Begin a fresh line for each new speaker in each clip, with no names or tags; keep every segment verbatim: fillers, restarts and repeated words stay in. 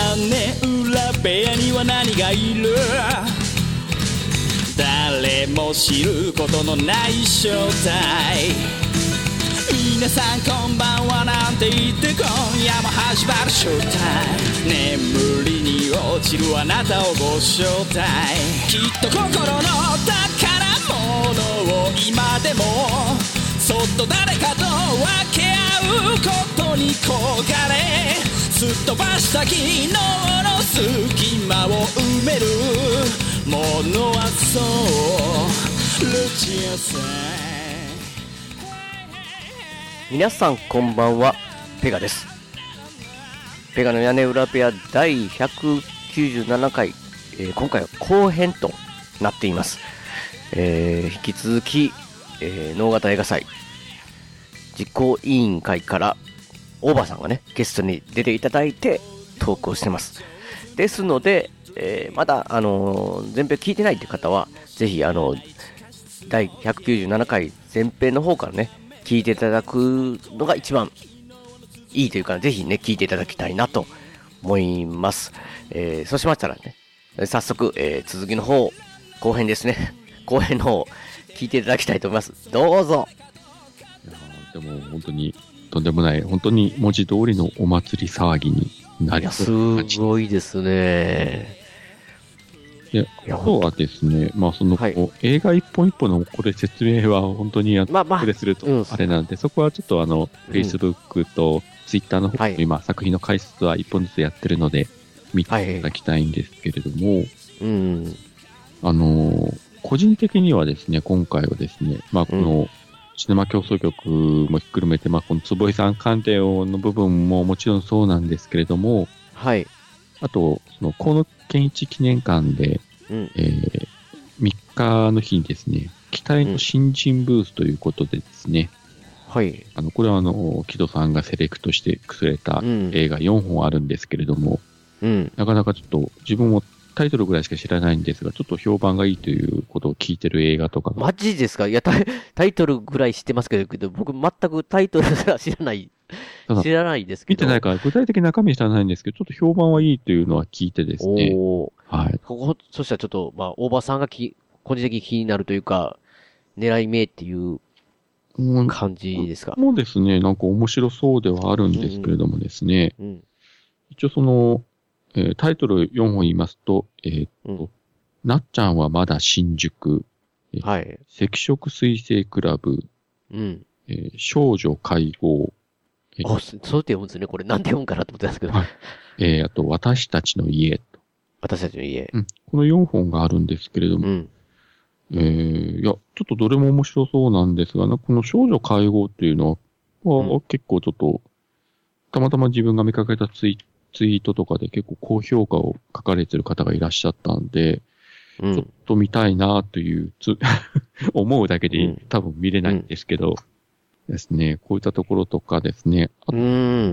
屋根裏部屋には何がいる？誰も知ることのない正体。皆さんこんばんはなんて言って今夜も始まるショータイム。眠りに落ちるあなたをご招待。きっと心の宝物を今でもそっと誰かと分け合うことに焦がれ、すっ飛ばした昨日の隙間を埋めるものはそうルチアさん。
皆さんこんばんは、ペガです。ペガの屋根裏部屋だいひゃくきゅうじゅうななかい、えー、今回は後編となっています。えー、引き続き、えー、能形映画祭実行委員会から大場さんがねゲストに出ていただいてトークをしてます。ですので、えー、まだあのー、前編聞いてないって方はぜひあのだいひゃくきゅうじゅうななかい前編の方からね聞いていただくのが一番いいというか、ぜひね聞いていただきたいなと思います。えー、そうしましたらね早速、えー、続きの方後編ですね後編の方聞いていただきたいと思います。どうぞ。
いやでも本当にとんでもない、本当に文字通りのお祭り騒ぎになり
そう。いやすごいですね。
いや、あとはですね、まあその、はい、映画一本一本のこれ説明は本当にやってくれするとあれなんで、まあまあうん、そこはちょっとあの、うん、Facebook と Twitter の方に今、はい、作品の解説は一本ずつやってるので見ていただきたいんですけれども、はいうん、あの個人的にはですね、今回はですね、まあこの、うんシネマ競争局もひっくるめて、まあ、この坪井さん関連の部分ももちろんそうなんですけれども、
はい。
あと、その、河野健一記念館で、うんえー、みっかの日にですね、期待の新人ブースということでですね、
うん、はい。
あの、これはあの、木戸さんがセレクトしてくれた映画よんほんあるんですけれども、うん、なかなかちょっと自分もタイトルぐらいしか知らないんですが、ちょっと評判がいいということを聞いてる映画とか
マジですか？いやタイ、タイトルぐらい知ってますけど、僕全くタイトルすら知らない、知らないですけど。
見てないから具体的な中身知らないんですけど、ちょっと評判はいいというのは聞いてですね。
おはい。ここ、そしたらちょっと、まあ、大場さんがき個人的に気になるというか、狙い目っていう感じですか？
もうですね、なんか面白そうではあるんですけれどもですね。うんうん、一応その、えー、タイトルよんほん言いますと、えー、っと、うん、なっちゃんはまだ新宿、えー、はい。赤色水星クラブ、うん。えー、少女会合、
えー、あ、そうって読むんですね。これなんて読むかなと思ってたんですけど。はい。
えー、あと、私たちの家と。
私たちの家。
うん。このよんほんがあるんですけれども、うん。えー、いや、ちょっとどれも面白そうなんですが、この少女会合っていうのは、うん、結構ちょっと、たまたま自分が見かけたツイート、ツイートとかで結構高評価を書かれてる方がいらっしゃったんで、うん、ちょっと見たいなというつ思うだけで多分見れないんですけど、うん、ですね、こういったところとかですね、あとうん、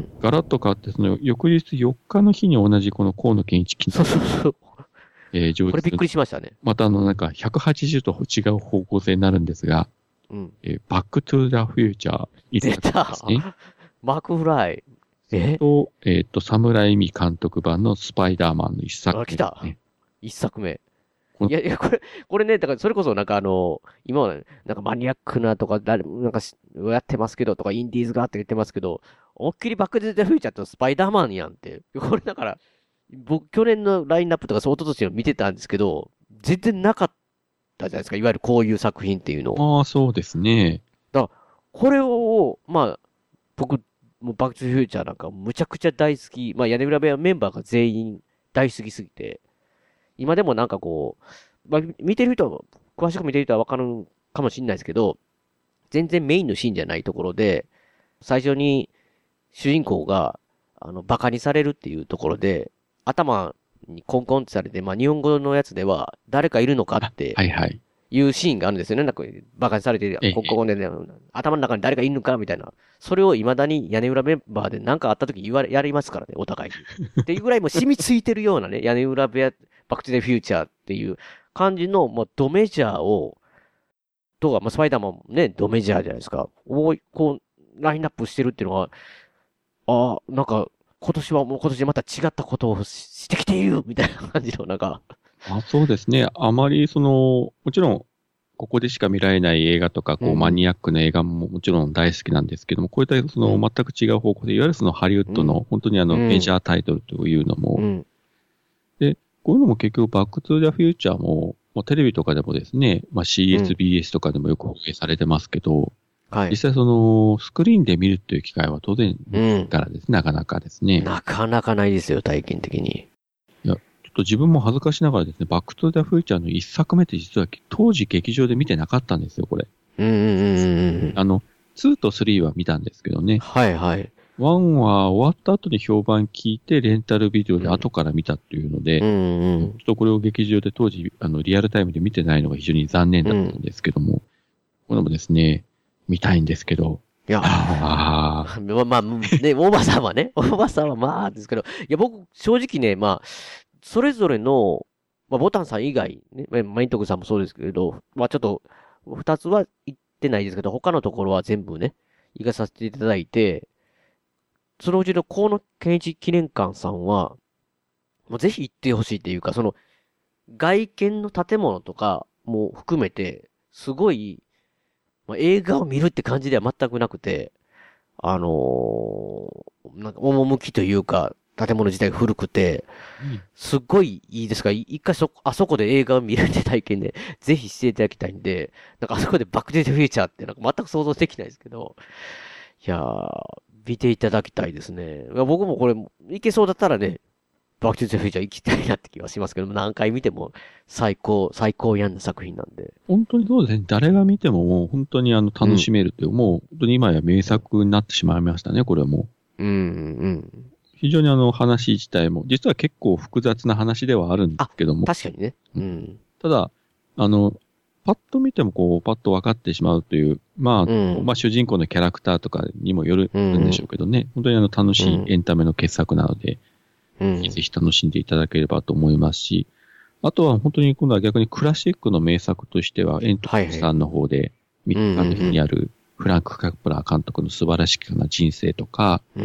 ガラッと変わってその翌日よっかの日に同じこの河野健一記念
そうそうそう。えー、上これびっくりしましたね。
またあのなんかひゃくはちじゅうと違う方向性になるんですが、うんえー、バックトゥーザフューチャー、
出たマークフライ。
えと、えっ、ー、と、サムライミ監督版のスパイダーマンの一作目、ね。
あ、来た。一作目。いやいや、これ、これね、だからそれこそなんかあの、今はなんかマニアックなとか、誰、なんかやってますけどとか、インディーズがって言ってますけど、思いっきりバックデザフューチャーとスパイダーマンやんって。これだから、僕去年のラインナップとかそうととして見てたんですけど、全然なかったじゃないですか。いわゆるこういう作品っていうの
を。ああ、そうですね。
だから、これを、まあ、僕、もうバックトゥフューチャーなんかむちゃくちゃ大好き。まあ屋根裏部屋メンバーが全員大好きすぎて、今でもなんかこう、まあ見てる人は、詳しく見てる人はわかるかもしれないですけど、全然メインのシーンじゃないところで、最初に主人公が、あの、馬鹿にされるっていうところで、頭にコンコンってされて、まあ日本語のやつでは、誰かいるのかって、
はいはい。
いうシーンがあるんですよね。なんか、馬鹿にされて、ここで、ね、頭の中に誰かいるのかみたいな。それを未だに屋根裏メンバーで何かあった時言われ、やりますからね、お互いに。っていうぐらいもう染みついてるようなね、屋根裏部屋、バックトゥザフューチャーっていう感じの、もうドメジャーを、とか、まあ、スパイダーマンもね、ドメジャーじゃないですか。を、こう、ラインナップしてるっていうのは、ああ、なんか、 今年はもう今年でまた違ったことをしてきているみたいな感じの、なんか。
あ、そうですね。あまりその、もちろん、ここでしか見られない映画とか、こう、マニアックな映画ももちろん大好きなんですけども、こういったその、全く違う方向で、いわゆるそのハリウッドの、本当にあの、メジャータイトルというのも、で、こういうのも結局、バックトゥーザフューチャーも、もうテレビとかでもですね、まあ シーエスビーエス とかでもよく放映されてますけど、はい、実際その、スクリーンで見るっていう機会は当然、からです、うん、なかなかですね。
なかなかないですよ、体験的に。
いや、ちょっと自分も恥ずかしながらですね、バックトゥザフューチャーの一作目って実は当時劇場で見てなかったんですよ、これ。
うんうんうんうん。
あの、ツーとスリーは見たんですけどね。
はいはい。
ワンは終わった後に評判聞いて、レンタルビデオで後から見たっていうので、うんうんうん、ちょっとこれを劇場で当時、あの、リアルタイムで見てないのが非常に残念だったんですけども、うん、これもですね、見たいんですけど。
いや、ああ。まあ、まあ、ね、おばさんはね、おばさんはまあですけど、いや、僕、正直ね、まあ、それぞれの、まあ、ボタンさん以外、ね、マイントクさんもそうですけど、まあ、ちょっと、二つは言ってないですけど、他のところは全部ね、行かさせていただいて、そのうちの河野健一記念館さんは、もうぜひ行ってほしいっていうか、その、外見の建物とかも含めて、すごい、まあ、映画を見るって感じでは全くなくて、あのー、なんか、趣というか、建物自体が古くて、すっごいいいですから、一回そ、あそこで映画を見れる体験で、ぜひしていただきたいんで、なんかあそこでバックトゥザフューチャーってなんか全く想像できないですけど、いやー、見ていただきたいですね。僕もこれ、いけそうだったらね、バックトゥザフューチャー行きたいなって気はしますけど、何回見ても最高、最高やんな作品なんで。
本当にそうですね。誰が見てももう本当にあの楽しめるという、うん、もう本当に今や名作になってしまいましたね、これも。
うんうん。
非常にあの話自体も、実は結構複雑な話ではあるんですけども。
確かにね。うん。
ただ、あの、パッと見てもこう、パッと分かってしまうという、まあ、うん、まあ主人公のキャラクターとかにもよるんでしょうけどね。うん、本当にあの楽しいエンタメの傑作なので、うん、ぜひ楽しんでいただければと思いますし、あとは本当に今度は逆にクラシックの名作としては、エントリーさんの方で、みっかの日にあるフランク・カプラー監督の素晴らしきな人生とか、
うん、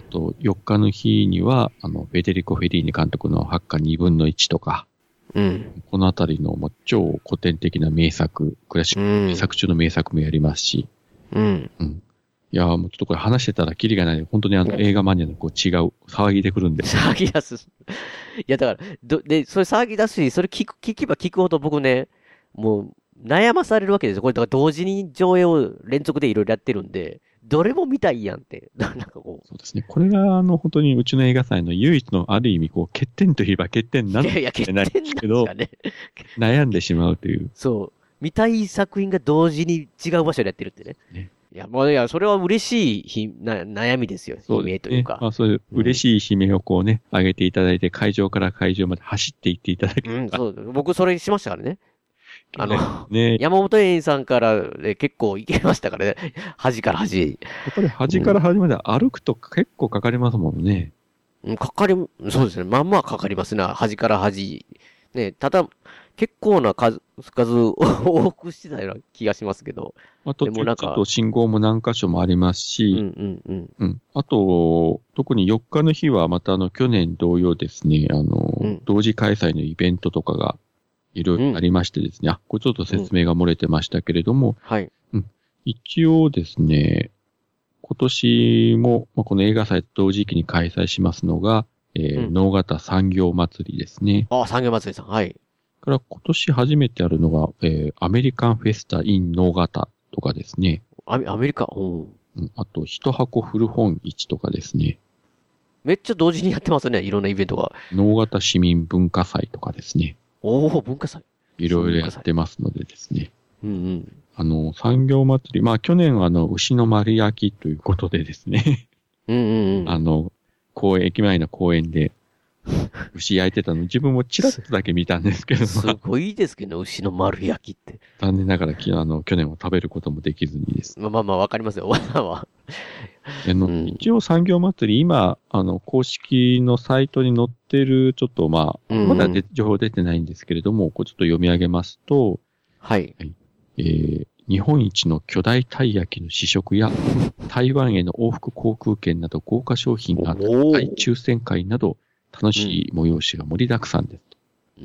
あとよっかの日には、あの、フェデリコ・フェリーニ監督の八花二分の一とか、
うん、
このあたりの、まあ、超古典的な名作、クラシック名作中の名作もやりますし、
うん。
うん。いやーもうちょっとこれ話してたらキリがないで、本当にあの映画マニアのこう違う騒ぎでくるんで。
騒ぎ出す。いやだから、ど、で、それ騒ぎ出すし、それ聞く、聞けば聞くほど僕ね、もう悩まされるわけですよ。これだから同時に上映を連続でいろいろやってるんで、どれも見たいやんって。なんかこう。
そうですね。これがあの本当にうちの映画祭の唯一のある意味こう欠点といえば欠点なんですけど、いやいや欠点なんですかね。悩んでしまうという。
そう。見たい作品が同時に違う場所でやってるってね。
ね。
いや、もういや、それは嬉しいひな悩みですよ。悲鳴というか。
まあそういう嬉しい悲鳴をこうね、うん、上げていただいて、会場から会場まで走っていっていただければ。うん、
そう。僕それしましたからね。あの、ね、山本園さんからで結構行けましたからね。端から端。
やっぱり端から端まで歩くと結構かかりますもんね。
うん、かかり、そうですね。まあまあかかりますな。端から端。ね、ただ、結構な数、数を多くしてたような気がしますけど。
あと、ちょっと信号も何箇所もありますし、
うんうんうん。
うん。あと、特によっかの日はまたあの、去年同様ですね、あの、うん、同時開催のイベントとかがいろいろありましてですね、うん、あ、これちょっと説明が漏れてましたけれども、うん、
はい。
うん。一応ですね、今年も、まあ、この映画祭と同時期に開催しますのが、えー、うん、能形産業祭りですね。
ああ、産業祭りさん。はい。
から今年初めてあるのが、えー、アメリカンフェスタ in 能形とかですね。
アメ、アメリカ、うん。
あと、一箱古本市とかですね。
めっちゃ同時にやってますね、いろんなイベントが。
能形市民文化祭とかですね。
おお、文化祭。
いろいろやってますのでですね。
うんうん。
あの、産業祭り、まあ去年はあの、牛の丸焼きということでですね。
うんうんうん。
あの、公園、駅前の公園で、牛焼いてたの、自分もチラッとだけ見たんですけど。
すごいですけど、牛の丸焼きって。
残念ながら、あの、去年は食べることもできずにです。
まあまあまあ、わかりますよ、わざわ。
あの、うん、一応産業祭り、今、あの、公式のサイトに載ってる、ちょっとまあ、うんうん、まだ情報出てないんですけれども、こうちょっと読み上げますと、
はい。
はい、えー、 日本一の巨大たい焼きの試食や、台湾への往復航空券など豪華商品が大抽選会など、楽しい催しが盛りだくさんです。うん、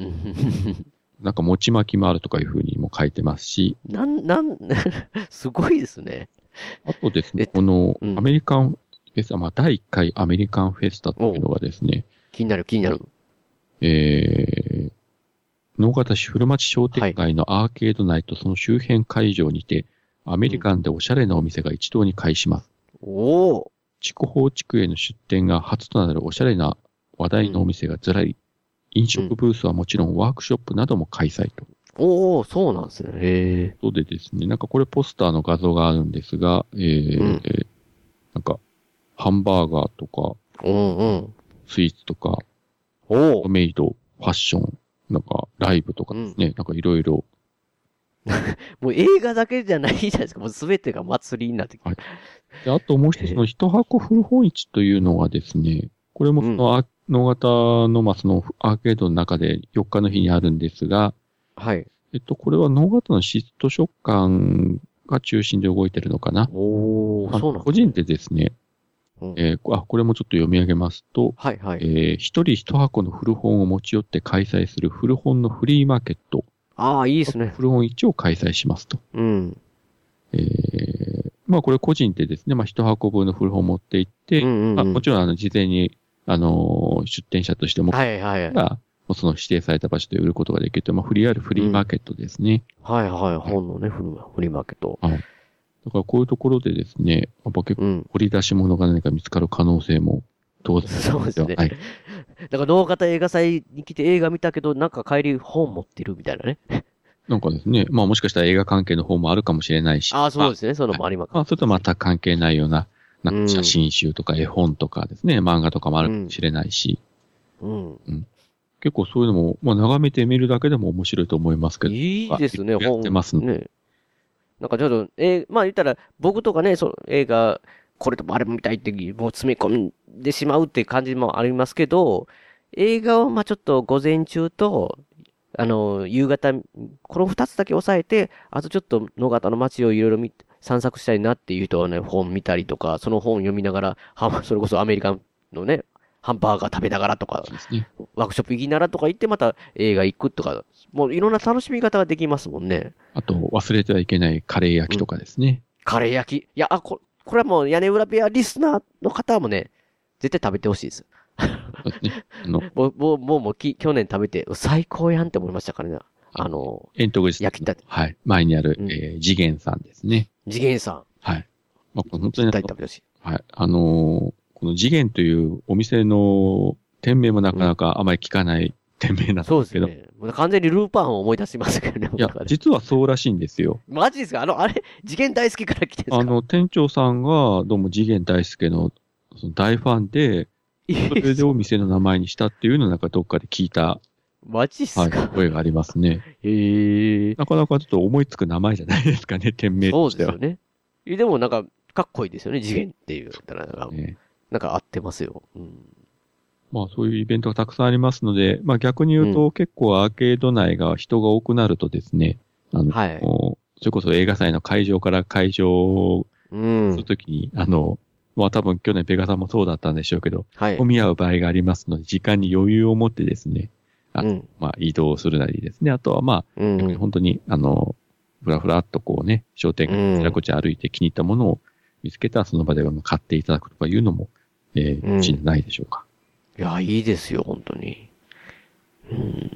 なんか餅巻きもあるとかいう風にも書いてますし。
なん、なん、すごいですね。
あとですね、このアメリカンフェスタ、まあだいいっかいアメリカンフェスタというのがですね。
気になる気になる。
えー、直方市古町商店街のアーケード内とその周辺会場にて、アメリカンでおしゃれなお店が一堂に会します。
うん、おお。
筑豊地区への出店が初となるおしゃれな話題のお店がずらり、うん、飲食ブースはもちろんワークショップなども開催と。
おお、そうなんですね。へえ。
そうでですね、なんかこれポスターの画像があるんですが、えー、うん、なんか、ハンバーガーとか、
うんうん、
スイーツとか、
お
メイド、ファッション、なんか、ライブとかですね、うん、なんかいろいろ。
もう映画だけじゃないじゃないですか。もうすべてが祭りになってきて。はい、
であともう一つの一箱古本市というのはですね、これもその、うん、能形の、まあ、そのアーケードの中でよっかの日にあるんですが、
はい。
えっと、これは能形のシット食館が中心で動いてるのかな。
おー、そうなん
個人でですね、うん、えー、あ、これもちょっと読み上げますと、
はいはい。
えー、一人一箱の古本を持ち寄って開催する古本のフリーマーケット。
ああ、いいですね。
古本市を開催しますと。
うん。
えー、まあこれ個人でですね、まあ一箱分の古本を持って行って、うんうんうん、まあ、もちろんあの事前に、あのー、出店者としても、
はいはいはい。
が、その指定された場所で売ることができると、まあフリーあるフリーマーケットですね。
うん、はいはい、本のね、フリーマーケット。
はい。だからこういうところでですね、やっぱ結構掘り出し物が何か見つかる可能性も当然、
うん、そうですね。
はい。
だから能形映画祭に来て映画見たけど、なんか帰り本持ってるみたいなね。
なんかですね、まあもしかしたら映画関係の方もあるかもしれないし。
ああ、そうですね、そういうのもあります。
まあ、それと全く関係ないような、なんか写真集とか絵本とかですね、うん、漫画とかもあるかもしれないし。うん。うん、結構そういうのも、まあ眺めてみるだけでも面白いと思いますけど。
いいですね、
本。やってます
ね。なんかちょっと、えー、まあ言ったら、僕とかね、その映画、これともあれも見たいって、もう詰め込んでしまうっていう感じもありますけど、映画をまあちょっと午前中と、あの、夕方、この二つだけ抑えて、あとちょっと野方の街をいろいろ見、散策したいなっていう人はね、本見たりとか、その本読みながら、はそれこそアメリカのね、ハンバーガー食べながらとか、ね、ワークショップ行きながらとか行ってまた映画行くとか、もういろんな楽しみ方ができますもんね。
あと忘れてはいけないカレー焼きとかですね。
うん、カレー焼き。いや、あ、こ、これはもう屋根裏部屋リスナーの方もね、絶対食べてほしいです。そうですね。あの、もう、もう、もう、もうき、去年食べて、最高やんって思いましたからね。あの、
煙突口
焼きたて。
はい。前にある、うん、えー、次元さんですね。
次元さん。
はい。まあ、本当に。
絶対食べてほしい。
はい。あのー、この次元というお店の店名もなかなかあまり聞かない店名なんですけど。そうですね。
もう完全にルーパンを思い出しますけどね。
いや、実はそうらしいんですよ。
マジですか？あの、あれ、次元大好きから来てるんですか？
あの、店長さんが、どうも次元大好きの、その大ファンで、それでお店の名前にしたっていうのをなんかどっかで聞いた。
マジっすか？
はい、声がありますね。
へえ。
なかなかちょっと思いつく名前じゃないですかね、店名としては。
そうですよね。でもなんか、かっこいいですよね、次元っていう。ね、なんか合ってますよ。うん、
まあそういうイベントがたくさんありますので、まあ逆に言うと、うん、結構アーケード内が人が多くなるとですね、あの、はい、それこそ映画祭の会場から会場するときに、うん、あの、まあ多分去年ペガさんもそうだったんでしょうけど、はい、混み合う場合がありますので、時間に余裕を持ってですね、あうん、まあ移動するなりですね、あとはまあ、うん、本当にあの、ふらふらっとこうね、商店街あちらこちら歩いて気に入ったものを見つけたらその場で買っていただくとかいうのも、えー、うち、ん、ないでしょうか。
いや、いいですよ、本当に。
うん、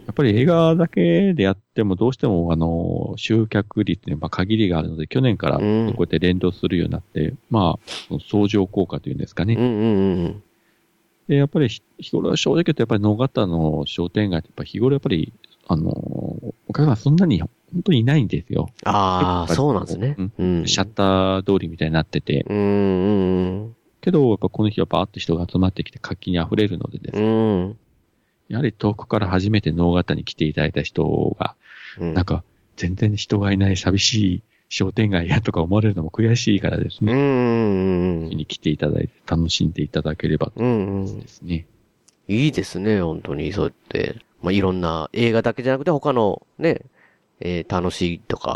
やっぱり映画だけでやってもどうしてもあの、集客率に限りがあるので、去年からこうやって連動するようになって、うん、まあ、相乗効果というんですかね。
うんうんうん、
で、やっぱり日頃正直言うとやっぱり野方の商店街ってやっぱ日頃やっぱり、あの、お客さんそんなに本当にいないんですよ。
ああ、そうなんですね、
うん。シャッター通りみたいになってて。
うんうん、
けど、やっぱこの日はバーッと人が集まってきて活気に溢れるのでですね。うん、やはり遠くから初めて能形に来ていただいた人が、うん、なんか全然人がいない寂しい商店街やとか思われるのも悔しいからですね。うんうんうん、に来ていただいて楽しんでいただければと思いますですね、
うんうん。いいですね、本当に。そうやって、まあ、いろんな映画だけじゃなくて他のね、えー、楽しいとか、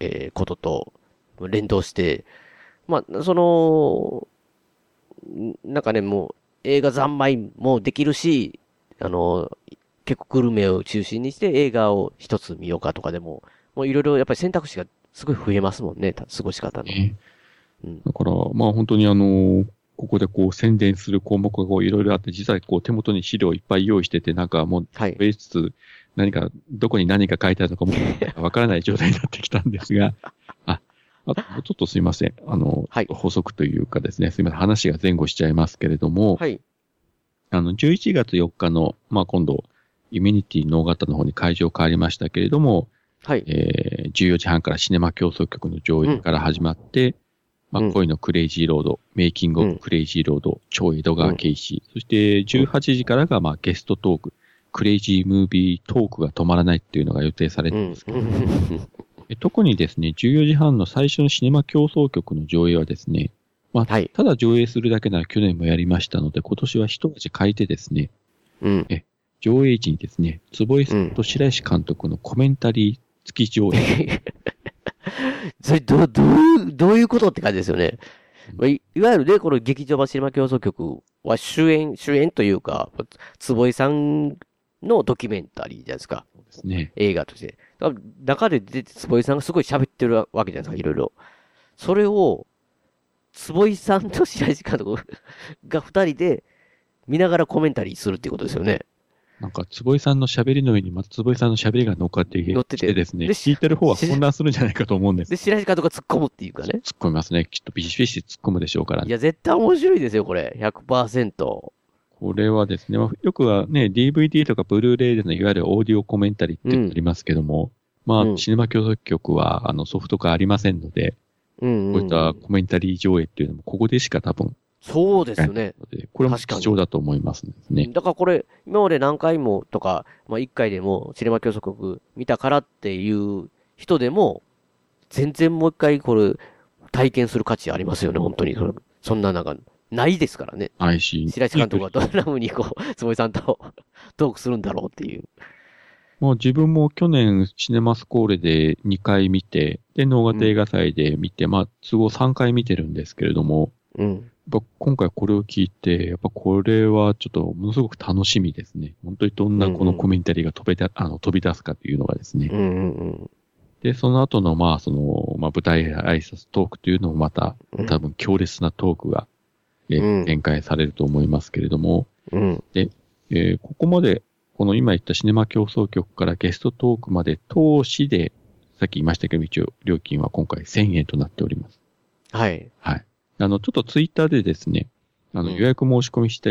えー、ことと連動して、まあ、その、なんかね、もう映画三昧もできるし、あの、結構グルメを中心にして映画を一つ見ようかとかでも、もういろいろやっぱり選択肢がすごい増えますもんね、過ごし方の。
えーうん、だから、まあ本当にあの、ここでこう宣伝する項目がこういろいろあって、実はこう手元に資料をいっぱい用意してて、なんかもう、はい。別つ何か、どこに何か書いてあるのかもわからない状態になってきたんですが、あ、あと、ちょっとすいません。あの、はい、補足というかですね、すいません。話が前後しちゃいますけれども、はい。あの、じゅういちがつよっかの、まあ今度、イミニティノー型の方に会場変わりましたけれども、はい。えー、じゅうよじはんからシネマ競争局の上映から始まって、うんまあ、恋のクレイジーロード、メイキングオブクレイジーロード、超江戸川慶史、そしてじゅうはちじからがまあゲストトーク、クレイジームービートークが止まらないっていうのが予定されていますけど、特にですね、じゅうよじはんの最初のシネマ競争局の上映はですね、まあ、はい、ただ上映するだけなら去年もやりましたので、今年は一味変えてですね、うん、え上映時にですね、坪井さんと白石監督のコメンタリー付き上映、
それ、ど、どういう、どういうことって感じですよね。うん、い, いわゆるね、この劇場版シネマ競争局は主演、主演というか、坪井さんのドキュメンタリーじゃないですか。
そうですね。
映画として。中で出て坪井さんがすごい喋ってるわけじゃないですか、いろいろ。それを、坪井さんと白石監督が二人で見ながらコメンタリーするっていうことですよね。
なんか、坪井さんの喋りの上にまた坪井さんの喋りが乗っかってきて、乗っててですね、聞いてる方は混乱するんじゃないかと思うんです。
で、白石監督が突っ込むっていうかね。
突っ込みますね。きっとビシビシ突っ込むでしょうからね。
いや、絶対面白いですよ、これ。ひゃくパーセント。
これはですね、よくはね、ディーブイディー とかブルーレイでのいわゆるオーディオコメンタリーってありますけども、うん、まあ、うん、シネマ競争局は、あの、ソフト化ありませんので、うんうん、こういったコメンタリー上映っていうのも、ここでしか多分、
そうですよね。
これも貴重だと思いますね。
だからこれ、今まで何回もとか、まあ一回でもシネマ競争局見たからっていう人でも、全然もう一回これ、体験する価値ありますよね、本当に。そんななんか、ないですからね。
ないし。
白石監督はどんな風にこう、坪井さんとトークするんだろうっていう。
もう自分も去年シネマスコーレでにかい見て、で、能型映画祭で見て、うん、まあ、都合さんかい見てるんですけれども、うん。やっぱ今回これを聞いて、やっぱこれはちょっとものすごく楽しみですね。本当にどんなこのコメンタリーが飛びだ、うんうん、あの飛び出すかというのがですね。うんうんうん、で、その後のまあその、まあ舞台挨拶トークというのもまた、多分強烈なトークが、うん、え展開されると思いますけれども、うん、で、えー、ここまで、この今言ったシネマ競争局からゲストトークまで投資で、さっき言いましたけど、一応料金は今回せんえんとなっております。
はい。
はい。あの、ちょっとツイッターでですね、あの、予約申し込みして、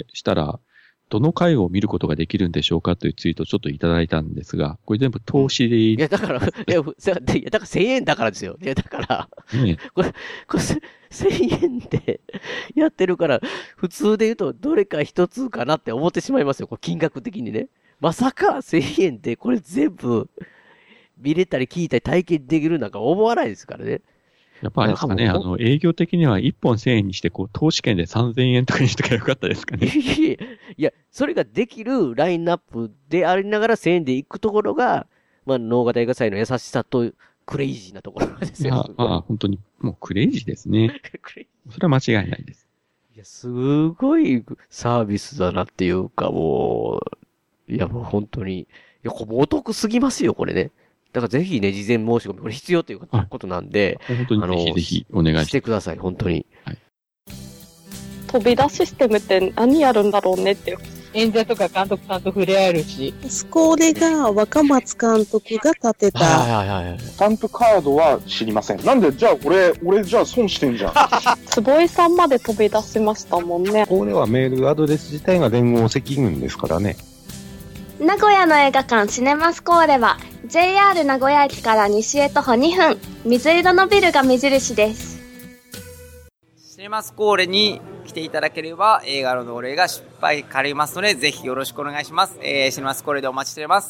したら、どの回を見ることができるんでしょうかというツイートをちょっといただいたんですが、これ全部投資でいい、
いや、だから、いや、いやだからせんえんだからですよ。いや、だから、ね、これ、これせんえんでやってるから、普通で言うとどれか一つかなって思ってしまいますよ。これ金額的にね。まさかせんえんでこれ全部見れたり聞いたり体験できるなんか思わないですからね。
やっぱあれですかね、あの、営業的にはいっぽんせんえんにして、こう、投資券でさんぜんえんとかにしとけばよかったですかね。
いや、それができるラインナップでありながらせんえんで行くところが、まあ、能型映画祭の優しさとクレイジーなところですよ。
まあ、まあ、本当に、もうクレイジーですね。それは間違いないです。
いや、すごいサービスだなっていうか、もう、いや、もう本当に、いや、これお得すぎますよ、これね。だからぜひね、事前申し込み、これ必要ということなんで、
本当にぜひぜひお願いします。
してください、本当に。はい、
飛び出システムって何やるんだろうねって。
演者とか監督さんと触れ合えるし。
スコーレが若松監督が立てた。
はいはいはい。スタンプカードは知りません。なんで、じゃあ俺、俺じゃあ損してんじゃん。
坪井さんまで飛び出しましたもんね。
これはメールアドレス自体が連合赤軍ですからね。
名古屋の映画館シネマスコーレは ジェイアール 名古屋駅から西へ徒歩にふん、水色のビルが目印です。
シネマスコーレに来ていただければ映画の同例が失敗かれますので、ぜひよろしくお願いします。えー、シネマスコーレでお待ちしております。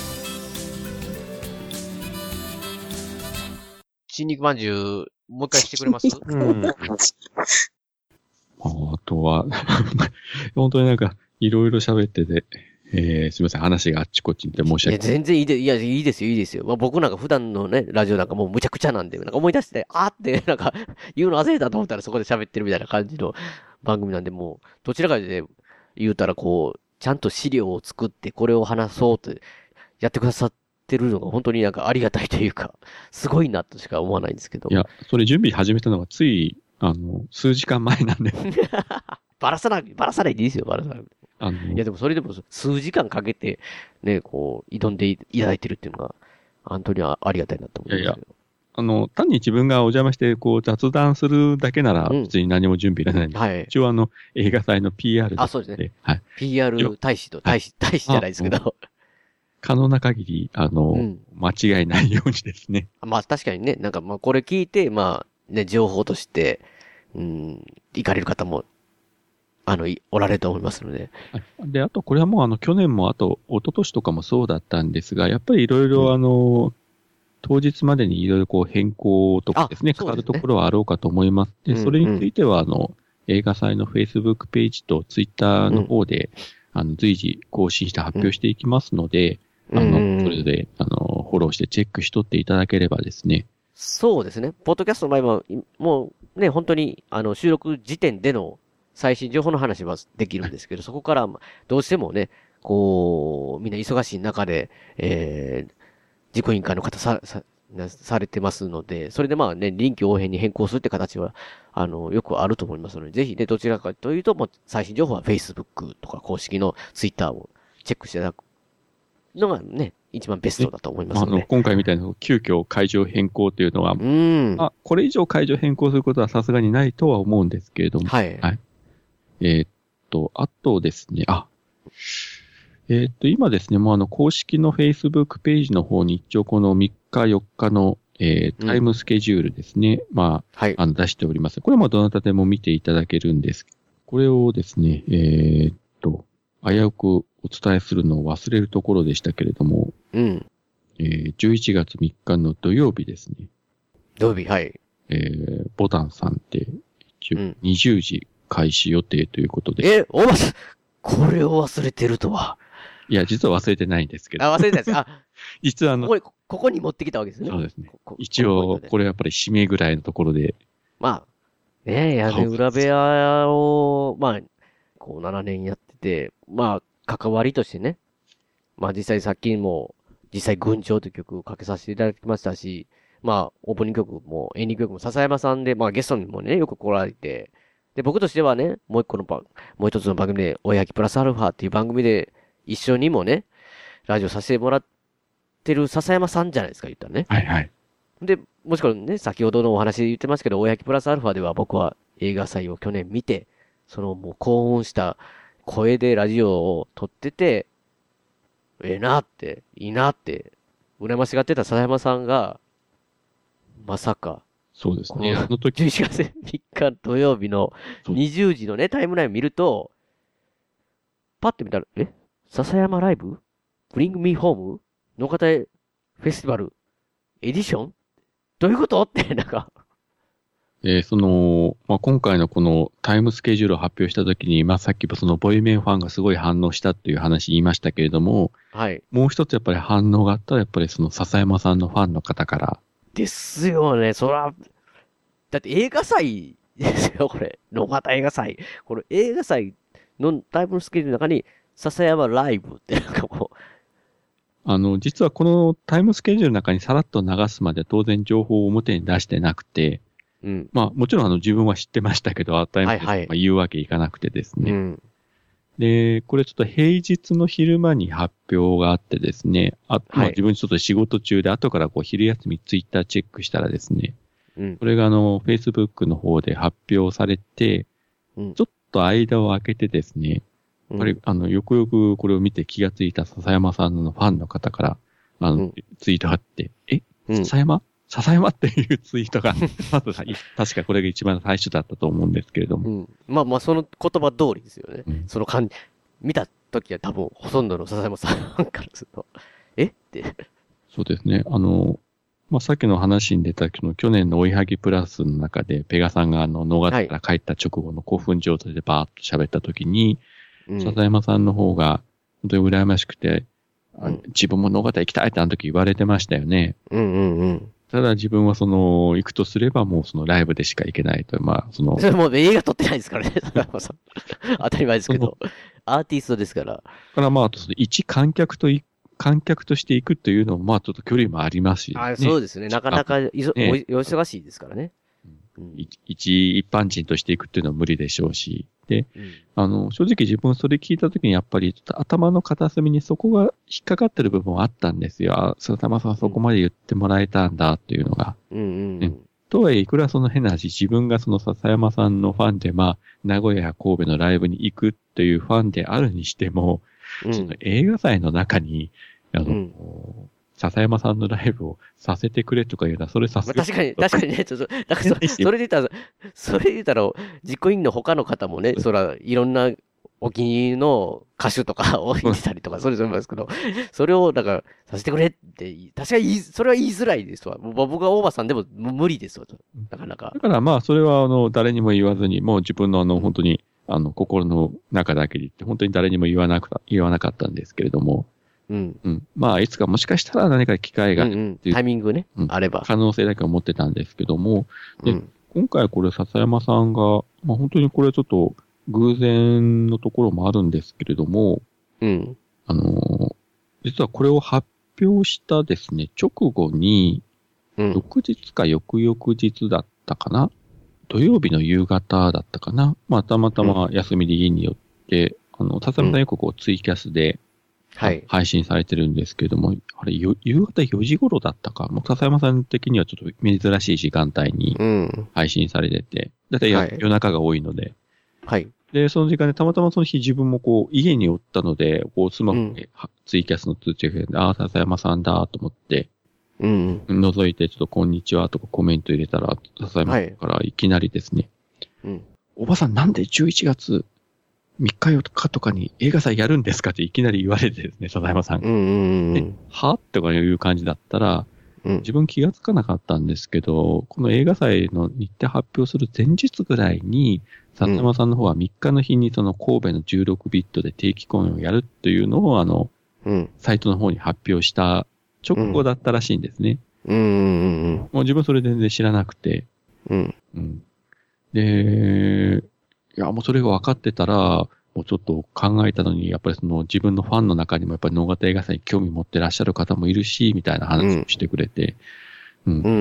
新肉まんじゅうもう一回してくれます？うん、
あとは本当になんかいろいろ喋ってて、 えー、すみません、話があっちこっちにって申し訳ない。
いや、全然いいで、いや、いいですよ、いいですよ。まあ、僕なんか普段のね、ラジオなんかもうむちゃくちゃなんで、なんか思い出して、あーって、なんか、言うの忘れたと思ったらそこで喋ってるみたいな感じの番組なんで、もう、どちらかで言うたらこう、ちゃんと資料を作ってこれを話そうとやってくださってるのが本当になんかありがたいというか、すごいなとしか思わないんですけど。
いや、それ準備始めたのがつい、あの、数時間前なんで。
バラさない、バラさないでいいですよ、バラさない。
あの、
いやでもそれでも数時間かけて、ね、こう、挑んでいただいてるっていうのが、本当にありがたいなと思います。いやいや、
あの、単に自分がお邪魔して、こう、雑談するだけなら、別に何も準備いらないんです、うん、はい。一応あの、映画祭の ピーアール で。
あ、そうですね。
はい。
ピーアール 大使と、大使、大使じゃないですけど。
可能な限り、あの、うん、間違いないようにですね。
まあ確かにね、なんかまあこれ聞いて、まあね、情報として、うん、行かれる方も、あの、おられると思いますので。
で、あと、これはもう、あの、去年も、あと、一昨年とかもそうだったんですが、やっぱりいろいろ、あの、当日までにいろいろこう変更とかですね、変わるところはあろうかと思います。で、それについては、あの、映画祭の Facebook ページと Twitter の方で、あの、随時更新して発表していきますので、あの、それぞれ、あの、フォローしてチェックしとっていただければですね。
そうですね。ポッドキャストの場合は、もうね、本当に、あの、収録時点での、最新情報の話はできるんですけど、そこからどうしてもね、こう、みんな忙しい中で、えー、実行委員会の方さ、さ、されてますので、それでまあね、臨機応変に変更するって形は、あの、よくあると思いますので、ぜひね、どちらかというと、もう最新情報は Facebook とか公式の Twitter をチェックしていただくのがね、一番ベストだと思いますので。
あの、今回みたいな急遽会場変更というのは、うん。あ、これ以上会場変更することはさすがにないとは思うんですけれども。
はい。
はい。えー、っと、あとですね、あ、えー、っと、今ですね、もうあの、公式の Facebook ページの方に一応このみっかよっかの、えー、タイムスケジュールですね、うん、まあ、はい、あの、出しております。これもどなたでも見ていただけるんです。これをですね、えー、っと、危うくお伝えするのを忘れるところでしたけれども、
うん。
えー、じゅういちがつみっかの土曜日ですね。
土曜日、はい。
えー、ボタンさんって、一応、にじゅうじ、開始予定ということで。
え、お忘れ、これを忘れてるとは。
いや、実は忘れてないんですけど。
あ、忘れてないです。あ、
実はあの、
ここ、ここに持ってきたわけですね。
そうですね。一応、これやっぱり締めぐらいのところで。
まあ、ねえ、屋根裏部屋を、まあ、こうななねんやってて、まあ、関わりとしてね、まあ実際さっきも、実際群青という曲をかけさせていただきましたし、まあ、オープニング曲も、エンディング曲も笹山さんで、まあゲストにもね、よく来られて、で、僕としてはね、もう一個の番、もう一つの番組で、おやきプラスアルファっていう番組で、一緒にもね、ラジオさせてもらってる笹山さんじゃないですか、言ったらね。
はいはい。
で、もしくはね、先ほどのお話で言ってますけど、おやきプラスアルファでは僕は映画祭を去年見て、そのもう興奮した声でラジオを撮ってて、ええなって、いいなって、羨ましがってた笹山さんが、まさか、
そうですね。あ
の時。じゅういちがつみっか土曜日のにじゅうじのね、タイムライン見ると、パッて見たら、え笹山ライブ ?Bring Me Home? 野方フェスティバルエディションどういうことって、なんか。
えー、その、まあ、今回のこのタイムスケジュールを発表したときに、まあ、さっきもそのボイメンファンがすごい反応したっていう話言いましたけれども、
はい。
もう一つやっぱり反応があったら、やっぱりその笹山さんのファンの方から、
ですよね、そら、だって映画祭ですよ、これ。野方映画祭。これ映画祭のタイムスケジュールの中に、笹山ライブってなんかもう。
あの、実はこのタイムスケジュールの中にさらっと流すまで当然情報を表に出してなくて、
うん。
まあもちろんあの自分は知ってましたけど、あったり前言うわけいかなくてですね。
うん。
で、これちょっと平日の昼間に発表があってですね、あ、まあ、自分ちょっと仕事中で後からこう昼休みツイッターチェックしたらですね、
うん、
これがあの、Facebook の方で発表されて、
うん、
ちょっと間を空けてですね、やっぱり、うん、あの、よくよくこれを見て気がついた笹山さんのファンの方から、あの、うん、ツイートがあって、え、笹山笹山っていうツイートが、まず確かこれが一番最初だったと思うんですけれども。
うん、まあまあその言葉通りですよね。うん、その感じ、見た時は多分ほとんどの笹山さんからすると、えって。
そうですね。あの、まあ、さっきの話に出たけど、去年の追いはぎプラスの中で、ペガさんがあの、野方から帰った直後の興奮状態でバーッと喋った時に、はい、笹山さんの方が、 本当に羨ましくて、あの自分も野方行きたいってあの時言われてましたよね。
うんうんうん。
ただ自分はその、行くとすればもうそのライブでしか行けないと、まあその。
それもう映画撮ってないですからね、当たり前ですけど。アーティストですから。だ
からまあ、その一観客とい、観客として行くというのも、まあちょっと距離もありますし、ね。
あ、そうですね。なかなかいそ、ね、お忙しいですからね。
うん、一、一般人として行くっていうのは無理でしょうし。で、うん、あの、正直自分それ聞いたときにやっぱりちょっと頭の片隅にそこが引っかかってる部分はあったんですよ。あ、笹山さんそこまで言ってもらえたんだっていうのが。うんうんうんね、とはいえ、いくらその変な話、自分がその笹山さんのファンで、まあ、名古屋や神戸のライブに行くっていうファンであるにしても、うん、その映画祭の中に、あの、うん笹山さんのライブをさせてくれとか言うのは、それさせて
確かに、確かにね、ちょっと、だからそ、それで言ったら、それで言ったら、実行委員の他の方もね、そら、いろんなお気に入りの歌手とかを言ってたりとか、それぞれですけど、それを、だから、させてくれって、確かに言い、それは言いづらいですわ。僕が大場さんでも無理ですわ、なかなか。
だからまあ、それは、あの、誰にも言わずに、もう自分のあの、本当に、あの、心の中だけで言って、本当に誰にも言わなくた、言わなかったんですけれども、うん。うん。まあ、いつかもしかしたら何か機会が、うんうん、
タイミングね、うん、あれば。
可能性だけ思ってたんですけども、で、うん、今回これ笹山さんが、まあ本当にこれちょっと偶然のところもあるんですけれども、うん。あのー、実はこれを発表したですね、直後に、うん、翌日か翌々日だったかな、土曜日の夕方だったかな、まあたまたま休みで家によって、うん、あの、笹山さんよくこうツイキャスで、はい。配信されてるんですけれども、あれ、夕方よじ頃だったか、もう笹山さん的にはちょっと珍しい時間帯に配信されてて、だいたい夜中が多いので、はい。で、その時間でたまたまその日自分もこう、家におったので、こう、スマホでツイキャスの通知が来て、ああ、笹山さんだと思って、うん。覗いて、ちょっとこんにちはとかコメント入れたら、笹山さんからいきなりですね、はい、うん。おばさんなんでじゅういちがつ、みっかよっかとかに映画祭やるんですかっていきなり言われてですね、笹山さんが。うんうんうん、はとかいう感じだったら、うん、自分気がつかなかったんですけど、この映画祭の日程発表する前日ぐらいに、笹山さんの方はみっかの日にその神戸のじゅうろくビットで定期公演をやるっていうのをあの、うん、サイトの方に発表した直後だったらしいんですね。うんうんうんうん、もう自分それ全然知らなくて。うんうん、で、いや、もうそれが分かってたら、もうちょっと考えたのに、やっぱりその自分のファンの中にもやっぱり能形映画祭に興味持ってらっしゃる方もいるし、みたいな話をしてくれて、うん。うん。うん、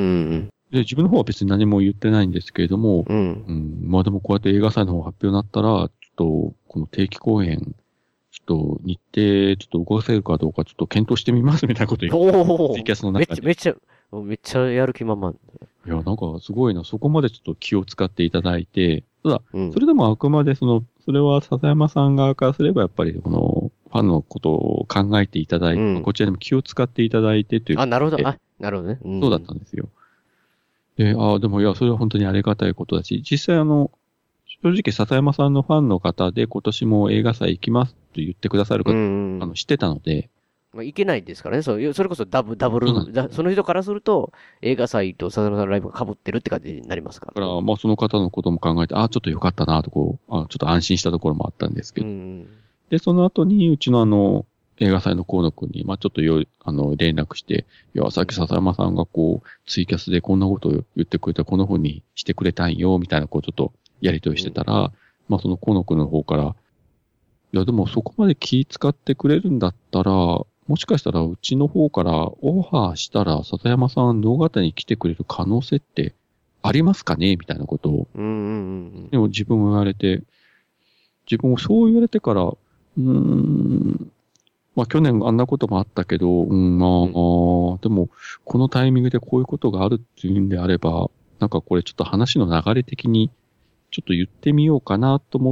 で、自分の方は別に何も言ってないんですけれども、うん。うん、まあでもこうやって映画祭の方発表になったら、ちょっと、この定期公演、ちょっと日程、ちょっと動かせるかどうかちょっと検討してみますみたいなこと言って、
おツイキャスの中で。めっちゃ、めっちゃ、めっちゃやる気満々。
いや、なんかすごいな、そこまでちょっと気を使っていただいて、ただ、うん、それでもあくまでその、それは笹山さん側からすればやっぱりこの、ファンのことを考えていただいて、うん、こちらでも気を使っていただいてという。
あ、なるほど。あ、なるほどね。
うん、そうだったんですよ。で、あでもいや、それは本当にありがたいことだし、実際あの、正直笹山さんのファンの方で今年も映画祭行きますと言ってくださる方、うんうん、あの、知ってたので、
まあ、いけないですからね。それ、それこそダブ、ダブル、そ, その人からすると、映画祭と笹山さんのライブが被ってるって感じになりますから。
だから、まあその方のことも考えて、あ、ちょっとよかったなとこう、あちょっと安心したところもあったんですけど。うん、で、その後に、うちのあの、映画祭の河野くんに、まあちょっとよ、あの、連絡して、いや、さっき笹山さんがこう、ツイキャスでこんなことを言ってくれた、こんな風にしてくれたんよ、みたいなこう、ちょっとやりとりしてたら、うん、まあその河野くんの方から、いや、でもそこまで気使ってくれるんだったら、もしかしたらうちの方からオファーしたら笹山さん能形に来てくれる可能性ってありますかねみたいなことを。うんうんうん、でも自分も言われて、自分もそう言われてから、うーん、まあ去年あんなこともあったけど、うん、まあ、うん、でもこのタイミングでこういうことがあるっていうんであれば、なんかこれちょっと話の流れ的にちょっと言ってみようかなと思って、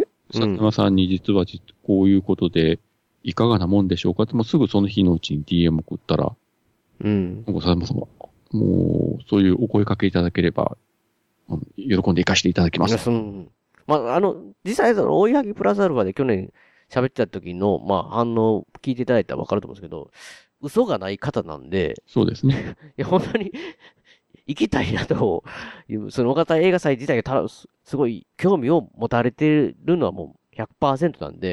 笹山さんに実はこういうことで、いかがなもんでしょうかって、もうすぐその日のうちに ディーエム 送ったら、うん。なんか、さまさま、もう、そういうお声かけいただければ、喜んで活かしていただきます。
うん。まあ、あの、実際、その、追いはぎプラスアルファで去年喋ってた時の、まあ、反応聞いていただいたらわかると思うんですけど、嘘がない方なんで、
そうですね。
いや、本当に、行きたいなと、その大型映画祭自体がたすごい興味を持たれてるのはもう ひゃくパーセント なんで、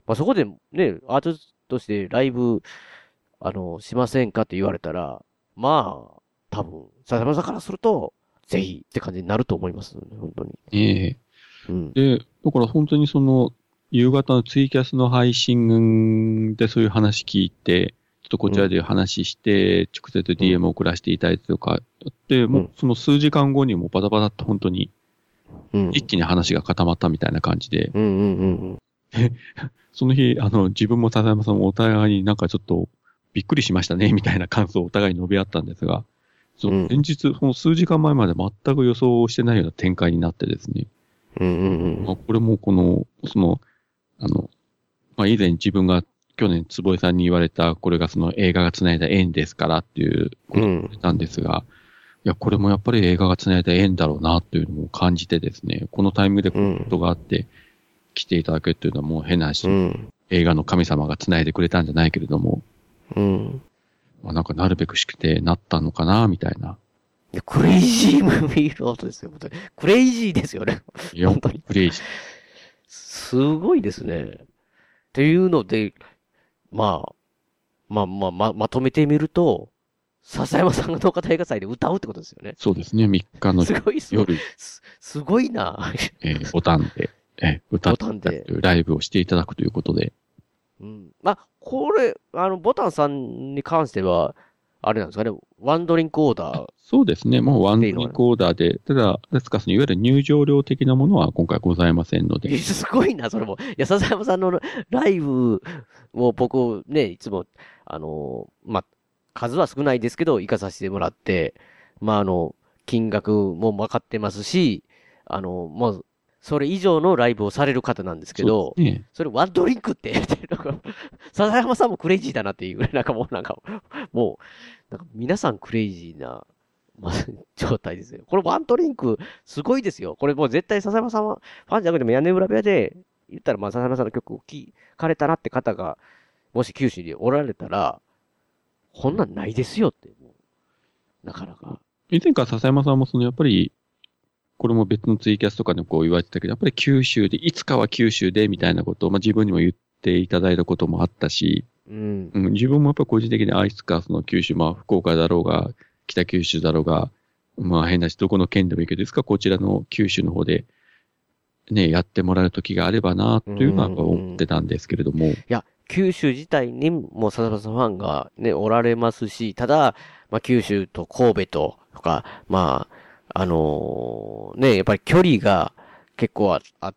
まあそこでね、アーティストとしてライブ、あの、しませんかって言われたら、まあ、多分、笹山さんからすると、ぜひって感じになると思います、ね、本当に。
ええ
うん。
で、だから本当にその、夕方のツイキャスの配信でそういう話聞いて、ちょっとこちらで話して、うん、直接 ディーエム 送らせていただいてとか、で、もうその数時間後にもバタバタって本当に、一気に話が固まったみたいな感じで、
うんうんうんうん、
その日、あの、自分も笹山さんもお互いになんかちょっとびっくりしましたね、みたいな感想をお互いに述べ合ったんですが、その前日、その数時間前まで全く予想してないような展開になってですね、
うんうんうん
まあ、これもこの、その、あの、まあ、以前自分が去年坪井さんに言われた、これがその映画が繋いだ縁ですからっていうことを言ったんですが、うん、いや、これもやっぱり映画が繋いだ縁だろうなというのを感じてですね、このタイミングでこのことがあって、来ていただけるというのはもう変な話、うん、映画の神様が繋いでくれたんじゃないけれども、
うん。
まあ、なんかなるべくしくてなったのかな、みたいな。
クレイジームービーロードですよ、本当に。クレイジーですよね。
いや、本当に。クレイジー。
すごいですね。っていうので、まあ、まあまあ、ま、まとめてみると、笹山さんが農家大河祭で歌うってことですよね。
そうですね、みっかの夜。
すごいすごい。す、すごいな。
えー、ボタンで、えー、歌ってライブをしていただくということで。
うん。まあ、これ、あの、ボタンさんに関しては、あれなんですかね、ワンドリンクオーダー。
そうですね、もうワンドリンクオーダーで、ただ、ですから、いわゆる入場料的なものは今回ございませんので。
すごいな、それも。いや、笹山さんのライブを僕ね、いつも、あの、まあ、数は少ないですけど、行かさせてもらって、まあ、あの、金額も分かってますし、あの、もう、それ以上のライブをされる方なんですけど、そ, ね、それワンドリンクって、笹山さんもクレイジーだなっていうぐらい、なんかもうなんか、もう、なんか皆さんクレイジーな、まあ、状態ですよ。これワンドリンク、すごいですよ。これもう絶対笹山さんは、ファンじゃなくても屋根裏部屋で、言ったらまあ笹山さんの曲を聴かれたなって方が、もし九州におられたら、こんなんないですよって、もうなかなか。
以前から笹山さんもそのやっぱり、これも別のツイキャスとかでこう言われてたけど、やっぱり九州で、いつかは九州でみたいなことを、まあ自分にも言っていただいたこともあったし、
うん
うん、自分もやっぱり個人的にあいつかその九州、まあ福岡だろうが、北九州だろうが、まあ変なし、どこの県でもいいけど、いつかこちらの九州の方で、ね、やってもらう時があればな、というのは思ってたんですけれども。
いや、九州自体にも笹山さんファンがね、おられますし、ただ、まあ九州と神戸とか、まあ、あのー、ね、やっぱり距離が結構あって、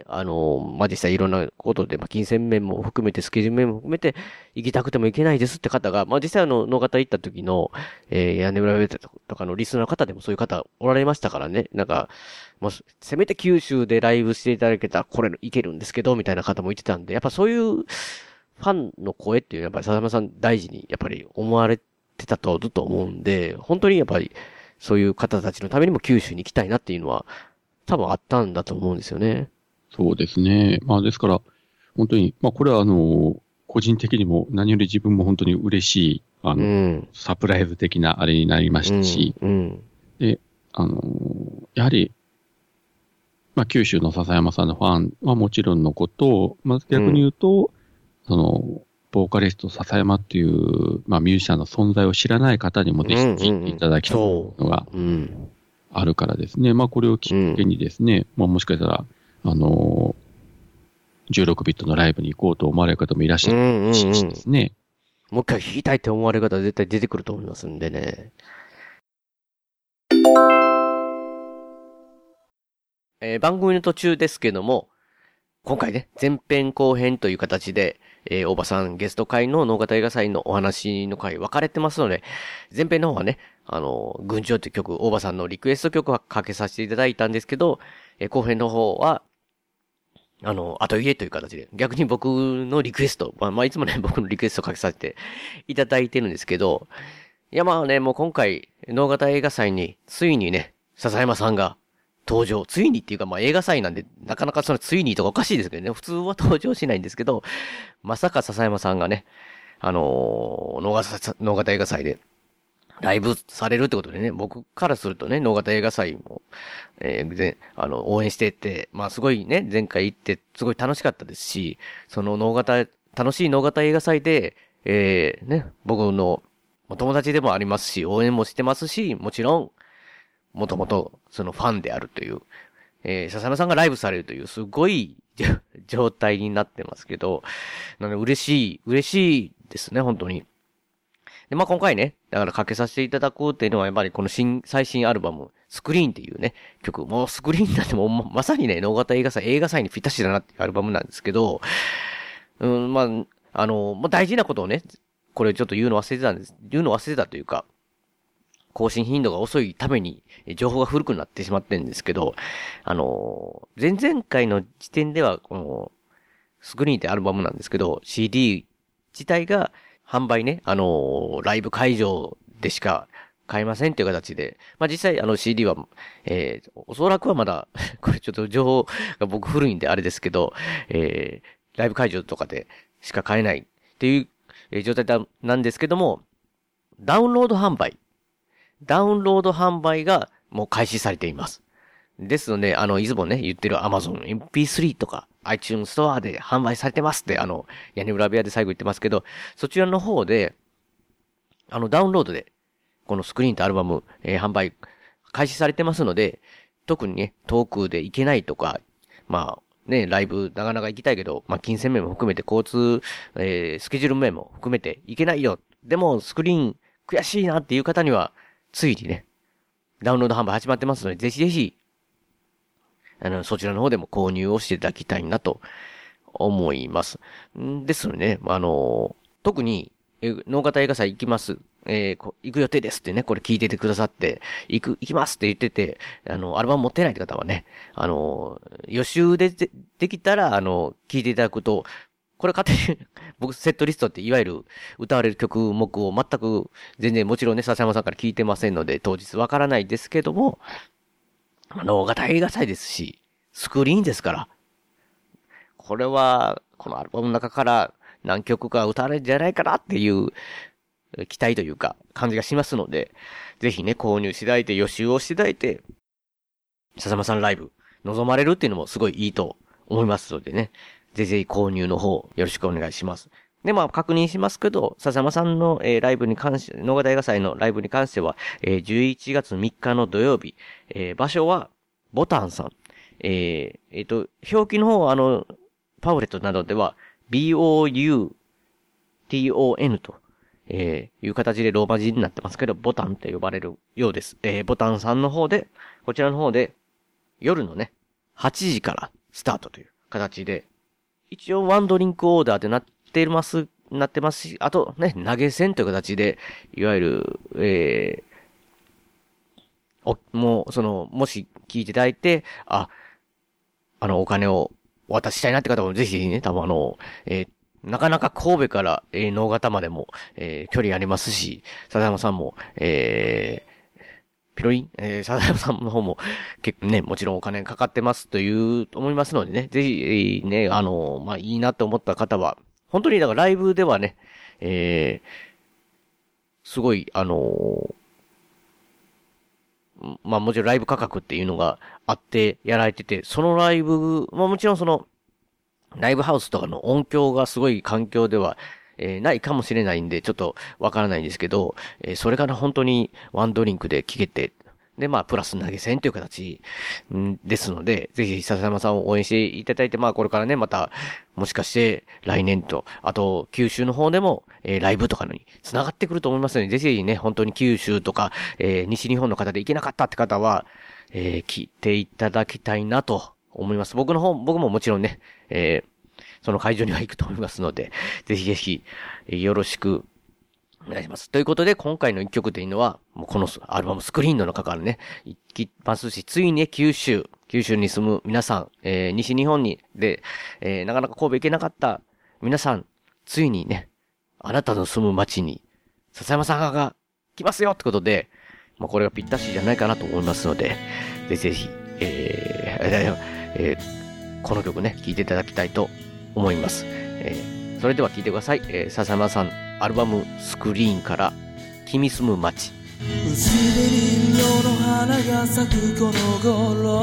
あのー、まあ、実際いろんなことで、まあ、金銭面も含めて、スケジュール面も含めて、行きたくても行けないですって方が、まあ、実際あの、野方行った時の、えー、屋根裏ベタとかのリスナーの方でもそういう方おられましたからね。なんか、まあ、せめて九州でライブしていただけたら、これいけるんですけど、みたいな方も言ってたんで、やっぱそういうファンの声っていう、やっぱり笹山さん大事に、やっぱり思われてたとずっと思うんで、本当にやっぱり、そういう方たちのためにも九州に行きたいなっていうのは多分あったんだと思うんですよね。
そうですね。まあですから、本当に、まあこれはあの、個人的にも何より自分も本当に嬉しい、あの、うん、サプライズ的なあれになりましたし、
うんうん、
で、あの、やはり、まあ九州の笹山さんのファンはもちろんのことを、まあ逆に言うと、うん、その、ボーカリスト笹山っていう、まあミュージシャンの存在を知らない方にもぜひ知っていただきたいのがあるからですね。まあこれをきっかけにですね、まあもしかしたら、あのー、じゅうろくビットのライブに行こうと思われる方もいらっしゃるしですね。
もう一回弾きたいって思われる方は絶対出てくると思いますんでね。えー、番組の途中ですけども、今回ね、前編後編という形で、えー、大場さんゲスト会の農家大河祭のお話の回分かれてますので、前編の方はね、あの、群青という曲、大場さんのリクエスト曲はかけさせていただいたんですけど、えー、後編の方は、あの、後入れという形で、逆に僕のリクエスト、まあ、まあ、いつもね、僕のリクエストかけさせていただいてるんですけど、いやまあね、もう今回、農家大河祭に、ついにね、笹山さんが、登場。ついにっていうか、まあ、映画祭なんで、なかなかそのついにとかおかしいですけどね。普通は登場しないんですけど、まさか笹山さんがね、あのー、農家、農家大河祭で、 ライブされるってことでね、僕からするとね、能形映画祭も、えー、で、あの、応援してて、まあすごいね、前回行ってすごい楽しかったですし、その能形、楽しい能形映画祭で、えー、ね、僕のお友達でもありますし、応援もしてますし、もちろん、もともとそのファンであるという、えー、笹山さんがライブされるという、すごい状態になってますけど、なので嬉しい、嬉しいですね、本当に。で、まあ、今回ね、だからかけさせていただくっていうのは、やっぱりこの新、最新アルバム、スクリーンっていうね、曲、もうスクリーンなんてもうま、まさにね、能形映画祭、映画祭にぴったしだなっていうアルバムなんですけど、うん、まあ、あの、まあ、大事なことをね、これちょっと言うの忘れてたんです。言うの忘れてたというか、更新頻度が遅いために、情報が古くなってしまってるんですけど、あの、前々回の時点では、この、スクリーンってアルバムなんですけど、シーディー 自体が販売ね、あの、ライブ会場でしか買えませんっていう形で、まあ、実際あの シーディー は、えー、おそらくはまだ、これちょっと情報が僕古いんであれですけど、えー、ライブ会場とかでしか買えないっていう、えー、状態だなんですけども、ダウンロード販売。ダウンロード販売がもう開始されています。ですので、あの、いつもね、言ってる Amazon エムピースリー とか iTunes ストアで販売されてますって、あの、屋根裏部屋で最後言ってますけど、そちらの方で、あの、ダウンロードで、このスクリーンとアルバム、えー、販売開始されてますので、特にね、遠くで行けないとか、まあ、ね、ライブなかなか行きたいけど、まあ、金銭面も含めて、交通、えー、スケジュール面も含めて行けないよ。でも、スクリーン悔しいなっていう方には、ついにね、ダウンロード販売始まってますので、ぜひぜひ、あの、そちらの方でも購入をしていただきたいなと思います。んですのでね、あの、特に、能形映画祭行きます、えー、行く予定ですってね、これ聞いててくださって、行く、行きますって言ってて、あの、アルバム持ってないって方はね、あの、予習でで、できたら、あの、聞いていただくと、これ勝手に、僕、セットリストっていわゆる歌われる曲目を全く、全然もちろんね、笹山さんから聞いてませんので、当日わからないですけども、能形映画祭ですし、スクリーンですから、これは、このアルバムの中から何曲か歌われるんじゃないかなっていう期待というか、感じがしますので、ぜひね、購入していただいて、予習をしていただいて、笹山さんライブ、望まれるっていうのもすごいいいと思いますのでね、ぜひぜひ購入の方、よろしくお願いします。で、まあ、確認しますけど、笹山さんの、えー、ライブに関して、能形映画祭のライブに関しては、えー、じゅういちがつみっかの土曜日、えー、場所は、ボタンさん。えー、えっと、表記の方は、あの、パンフレットなどでは、ビーオーユーティーオーエヌ と、えー、いう形でローマ字になってますけど、ボタンって呼ばれるようです。えー、ボタンさんの方で、こちらの方で、夜のね、はちじからスタートという形で、一応ワンドリンクオーダーってなってます、なってますし、あとね、投げ銭という形で、いわゆる、えー、お、もう、その、もし聞いていただいて、あ、あの、お金をお渡ししたいなって方もぜひね、多分あの、えー、なかなか神戸から、えー、能形までも、えー、距離ありますし、笹山さんも、えー、ピロリン、えー、笹山さんの方も結構ね、もちろんお金かかってますという、思いますのでね、ぜひ、ね、あの、まあ、いいなと思った方は、本当にだからライブではね、えー、すごい、あのー、まあ、もちろんライブ価格っていうのがあってやられてて、そのライブ、まあ、もちろんその、ライブハウスとかの音響がすごい環境では、えー、ないかもしれないんで、ちょっとわからないんですけど、えー、それから本当にワンドリンクで聴けて、で、まあ、プラス投げ銭という形、んですので、ぜひ笹山さんを応援していただいて、まあ、これからね、また、もしかして来年と、あと、九州の方でも、えー、ライブとかに繋がってくると思いますので、ぜひぜひね、本当に九州とか、えー、西日本の方で行けなかったって方は、えー、聞いていただきたいなと思います。僕の方、僕ももちろんね、えー、その会場には行くと思いますので、ぜひぜひ、よろしくお願いします。ということで、今回の一曲というのは、もうこのアルバムスクリーンの中からね、行きますし、ついにね、九州、九州に住む皆さん、えー、西日本に、で、えー、なかなか神戸行けなかった皆さん、ついにね、あなたの住む町に、笹山さんが来ますよってことで、まあ、これがぴったしじゃないかなと思いますので、ぜひぜひ、えー、えー、この曲ね、聴いていただきたいと思います。えー、それでは聴いてください。えー、笹山さん、アルバムスクリーンから、君住む街。
薄紅色の花が咲くこの頃、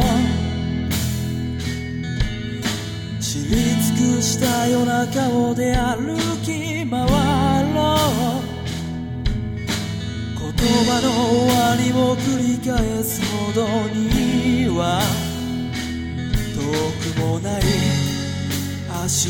知り尽くした夜中を出歩き回ろう。言葉の終わりを繰り返すほどには遠くもない足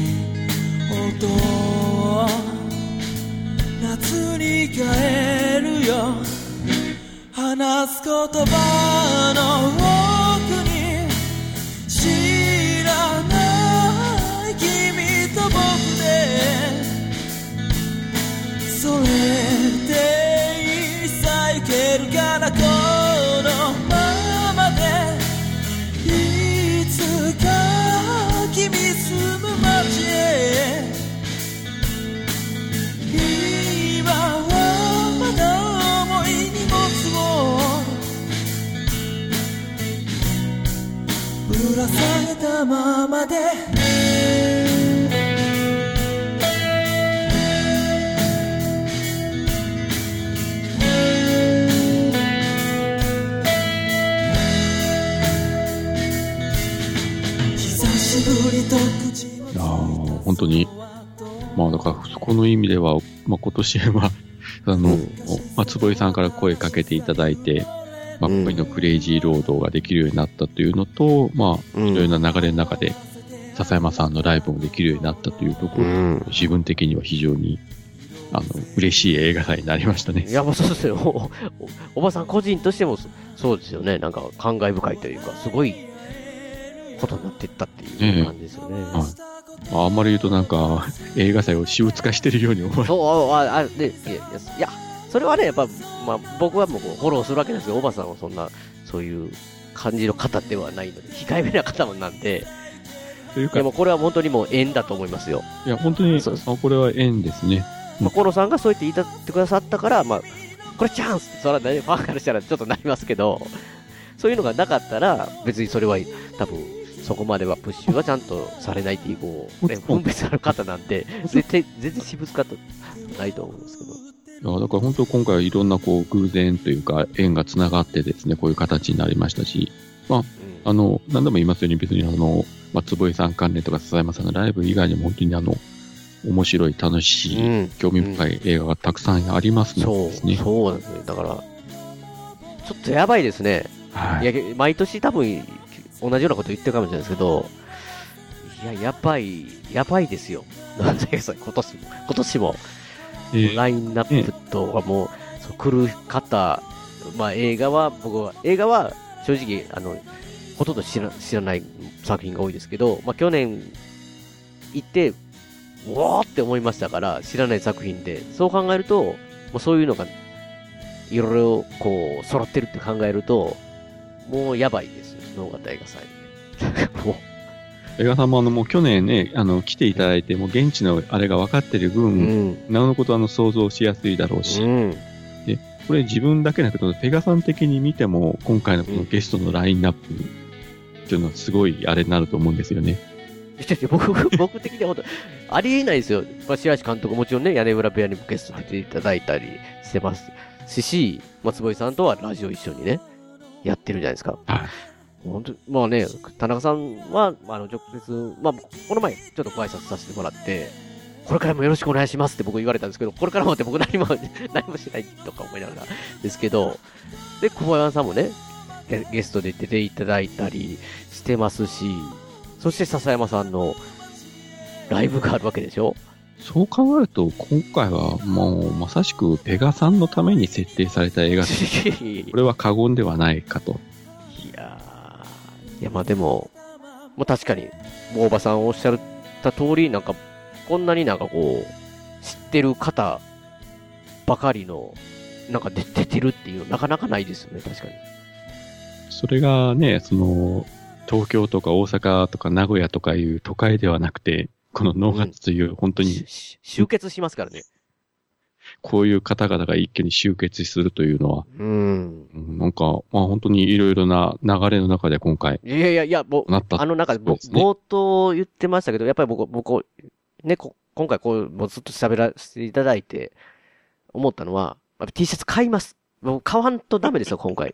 音、夏に帰るよ。話す言葉の奥に知らない君と僕で、それでいさいけるかなこのままで。いつか君住む街へ、今はまだ重い荷物をぶら下げたままで。
いやー本当に、まあだからそこの意味では、まあ、今年はあの、うん、まあ、坪井さんから声かけていただいて、まあ、恋のクレイジーロードができるようになったというのと、まあ、いろいろな流れの中で笹山さんのライブもできるようになったというところ、うん、自分的には非常にあの嬉しい映画祭になりましたね。
いやもうそうですよ。お, おばさん個人としてもそうですよね。なんか感慨深いというか、すごいことになっていったっていう感じですよね。
はい、あ, あんまり言うとなんか映画祭を私物化してるように思われる。
そうああでいやいやそれはねやっぱ、まあ、僕はもうフォローするわけですよ。おばさんはそんなそういう感じの方ではないので、控えめな方なんで。というかでもこれは本当にもう縁だと思いますよ。
いや本当にそうあこれは縁ですね。
まあ、コロさんがそう言って言ってくださったから、まあ、これチャンスってそれは、ね、ファンからしたらちょっとなりますけど、そういうのがなかったら別にそれは多分そこまではプッシュはちゃんとされないっていうこう、ね、分別ある方なんで絶対全然私物化とないと思うんですけど。
いやだから本当今回はいろんなこう偶然というか縁がつながってですねこういう形になりましたし、まあ、うん、あの何度も言いますように別にあの、まあ、坪井さん関連とか笹山さんのライブ以外にも本当にあの面白い楽しい、うん、興味深い映画がたくさんありますのでですね、
うん、そうそうなんですね。だからちょっとやばいですね、はい、いや毎年多分同じようなこと言ってるかもしれないですけど、いややばいやばいですよ。なんで今年も今年もえー、ラインナップとかも、えー、そう来る方、まあ映画は僕は映画は正直あのほとんど知ら、知らない作品が多いですけど、まあ去年行ってうわーって思いましたから知らない作品で、そう考えるともうそういうのがいろいろこう揃ってるって考えるともうやばいですよ。能形映画祭もう
映画さんもあのもう去年ねあの来ていただいてもう現地のあれが分かってる分、うん、なおのことあの想像しやすいだろうし、うん、でこれ自分だけじゃなくてペガさん的に見ても今回のこのゲストのラインナップっていうのはすごいあれになると思うんですよね。
僕, 僕的には本当ありえないですよ。白石監督もちろんね屋根裏部屋にもゲスト出ていただいたりしてますし、松堀さんとはラジオ一緒にねやってるじゃないですか。はい本当まあね、田中さんは、あの、直接、まあ、この前、ちょっとご挨拶させてもらって、これからもよろしくお願いしますって僕言われたんですけど、これからもって僕何も、何もしないとか思いながらですけど、で、小林さんもね、ゲストで出ていただいたりしてますし、そして笹山さんのライブがあるわけでしょ。
そう考えると、今回はもう、まさしくペガさんのために設定された映画これは過言ではないかと。
いやまあでも、まあ、確かに大場さんおっしゃった通りなんかこんなになんかこう知ってる方ばかりのなんか出てるっていうのなかなかないですよね。確かに
それがねその東京とか大阪とか名古屋とかいう都会ではなくてこの能形という本当に、うん、
集結しますからね。
こういう方々が一挙に集結するというのは、うん、なんか、まあ本当にいろいろな流れの中で今回、
いやいやいや、もう、なったあの中で、冒頭言ってましたけど、やっぱり僕、僕、ね、今回こう、もうずっと喋らせていただいて、思ったのは、T シャツ買います。 もう買わんとダメですよ、今回。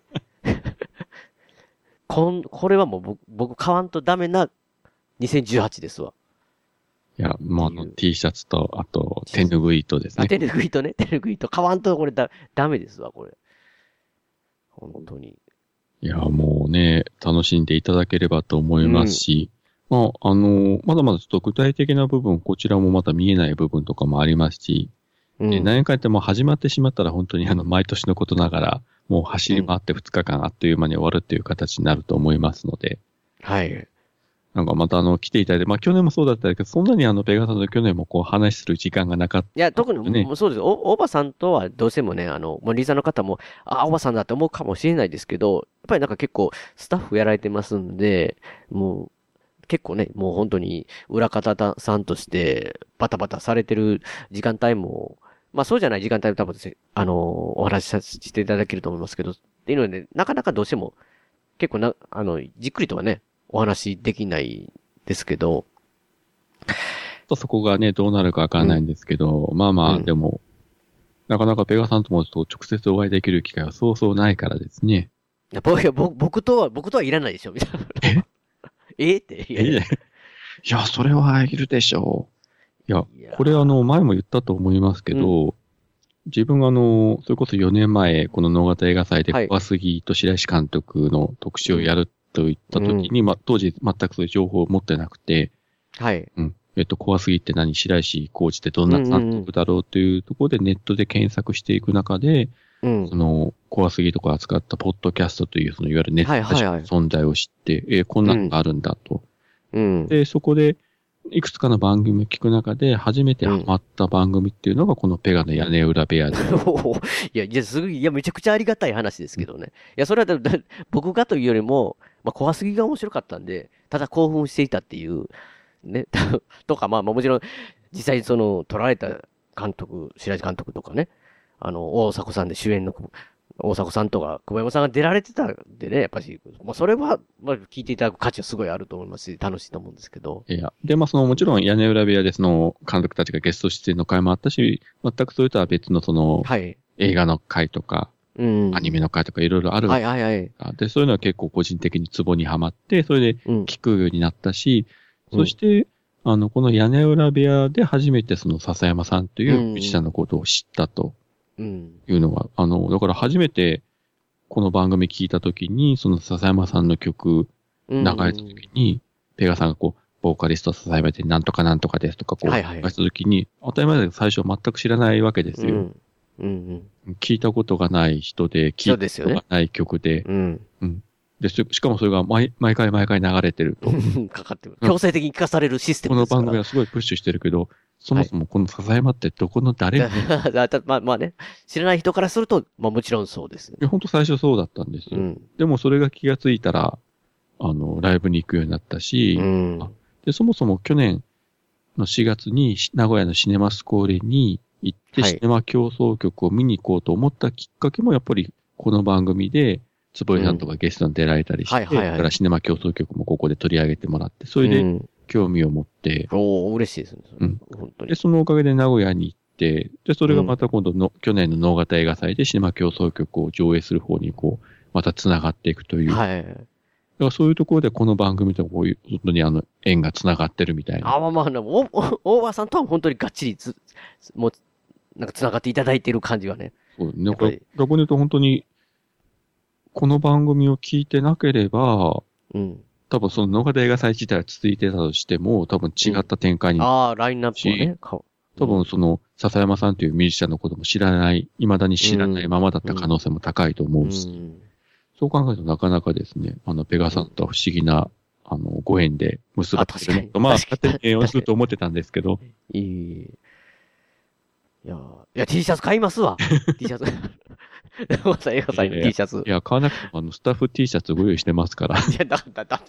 こん、これはもう僕、僕買わんとダメなにせんじゅうはちですわ。
いや、まあ、あの T シャツと、あと、手ぬぐいとですね。
あ、手ぬぐいとね、手ぬぐいと買わんとこれだ、ダメですわ、これ。本当に。
いや、もうね、楽しんでいただければと思いますし、うん、まあ、あの、まだまだちょっと具体的な部分、こちらもまた見えない部分とかもありますし、うん、で何回ってもう始まってしまったら本当にあの、毎年のことながら、もう走り回ってふつかかんあっという間に終わるっていう形になると思いますので。
はい。
なんかまたあの、来ていただいて、まあ去年もそうだったけど、そんなにあの、ペガさんと去年もこう話する時間がなかった、ね。
いや、特に、もうそうです。お、おばさんとはどうしてもね、あの、もうリーザーの方も、あ、おばさんだって思うかもしれないですけど、やっぱりなんか結構スタッフやられてますんで、もう、結構ね、もう本当に裏方さんとしてバタバタされてる時間帯も、まあそうじゃない時間帯も多分、あの、お話しさせていただけると思いますけど、っていうので、なかなかどうしても、結構な、あの、じっくりとはね、お話できないですけど。
とそこがね、どうなるかわからないんですけど、うん、まあまあ、でも、うん、なかなかペガさんともと直接お会いできる機会はそうそうないからですね。
いや僕、僕とは、僕とはいらないでしょ、みたいな。ええって。いやいや、
いや、それはいるでしょう。いや、いやこれあの、前も言ったと思いますけど、うん、自分があの、それこそよねんまえ、この能形映画祭で小杉と白石監督の特集をやると言った時に、うん、まあ、当時全くそういう情報を持ってなくて、
はい。
うん。えっと、小杉って何、白石コーチってどんな監督だろうというところでネットで検索していく中で、うん、その、小杉とか扱ったポッドキャストという、そのいわゆるネットの存在を知って、はいはいはい、えー、こんなのがあるんだと。うん。で、そこで、いくつかの番組を聞く中で、初めてハマった番組っていうのが、このペガの屋根裏部屋で。
いや、いや、すごい、いや、めちゃくちゃありがたい話ですけどね。いや、それはだ、だ僕がというよりも、まあ、小杉が面白かったんで、ただ興奮していたっていう、ね、とか、まあ、もちろん、実際にその、撮られた監督、白石監督とかね、あの、大迫さんで主演の、大迫さんとか、久保山さんが出られてたんでね、やっぱし、まあ、それは、まあ、聞いていただく価値はすごいあると思いますし、楽しいと思うんですけど。
いや、で、まあ、その、もちろん、屋根裏部屋で、その、監督たちがゲスト出演の回もあったし、全くそれとは別の、その、はい、映画の回とか、うん、アニメの回とかいろいろあるわけです。はいはいはい。で、そういうのは結構個人的にツボにはまって、それで聞くようになったし、うん、そして、あの、この屋根裏部屋で初めてその笹山さんというミュージシャンのことを知ったというのは、うん、あの、だから初めてこの番組聞いたときに、その笹山さんの曲流れたときに、うん、ペガさんがこう、ボーカリスト笹山でなんとかなんとかですとかこう、はいはい、流したときに、当たり前だけど最初全く知らないわけですよ。うんうんうん、聞いたことがない人で、聞いたことがない曲で、うん、うん。で、しかもそれが毎毎回毎回流れてると。
かかってる。強制的に聞かされるシステムですから。
この番組はすごいプッシュしてるけど、そもそもこの笹山ってどこの誰も、
はい、まあまあね、知らない人からすると、まあもちろんそうです、ね。
いや、本当最初そうだったんですよ。うん、でもそれが気がついたら、あの、ライブに行くようになったし、うん、で、そもそも去年のしがつに名古屋のシネマスコーレに行って、はい、シネマ競争曲を見に行こうと思ったきっかけもやっぱりこの番組で、坪井さんとかゲストに出られたりして、うんはいはいはい、だからシネマ競争曲もここで取り上げてもらって、それで興味を持って、
うん、おー、嬉しいですね。
うん。本当に。で、そのおかげで名古屋に行って、で、それがまた今度の、うん、去年の能形映画祭でシネマ競争曲を上映する方にこう、また繋がっていくという。はい。だからそういうところでこの番組とこういう、本当にあの、縁が繋がってるみたいな。
あ、まあまあ、お、お、大場さんとは本当にがっちりつ、もう、なんか繋がっていただいている感じがね。
そうね。逆に言うと本当に、この番組を聞いてなければ、うん、多分その能形映画祭自体は続いてたとしても、多分違った展開に、うん。
ああ、ラインナップをね。
多分その、笹山さんというミュージシャンのことも知らない、未だに知らないままだった可能性も高いと思うし、うんうん、そう考えるとなかなかですね、あの、ペガさんとは不思議な、あの、ご縁で結ばれてると、まあ、勝手に応援すると思ってたんですけど。
いい。いや、いや、T シャツ買いますわ。T シャツ。映画祭の T シャツ。
いや、買わなくても、あの、スタッフ T シャツご用意してますから。い
や、だ、だ、だって。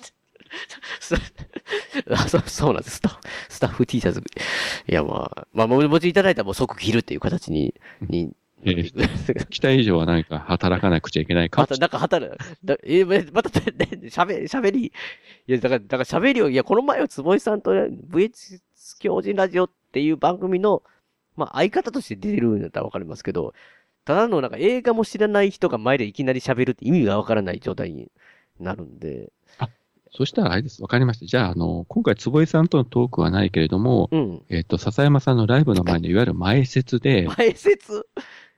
あ、そう、そうなんです。スタッフ、スタッフ T シャツ。いや、まあ、まあ、お持ちいただいたらもう即着るっていう形に、に、
えー、期待以上は何か働かなくちゃいけないかもしれない。
また、なんか働、だえー、また、喋、喋り、いや、だから、だから喋りを、いや、この前は坪井さんと ブイエイチ 狂人ラジオっていう番組の、まあ、相方として出てるんだったらわかりますけど、 ただのなんか映画も知らない人が前でいきなり喋るって意味がわからない状態になるんで。
あ、そしたらあれです。わかりました。じゃあ、あの、今回坪井さんとのトークはないけれども、うん、えっ、ー、と、笹山さんのライブの前のいわゆる前説で。
前説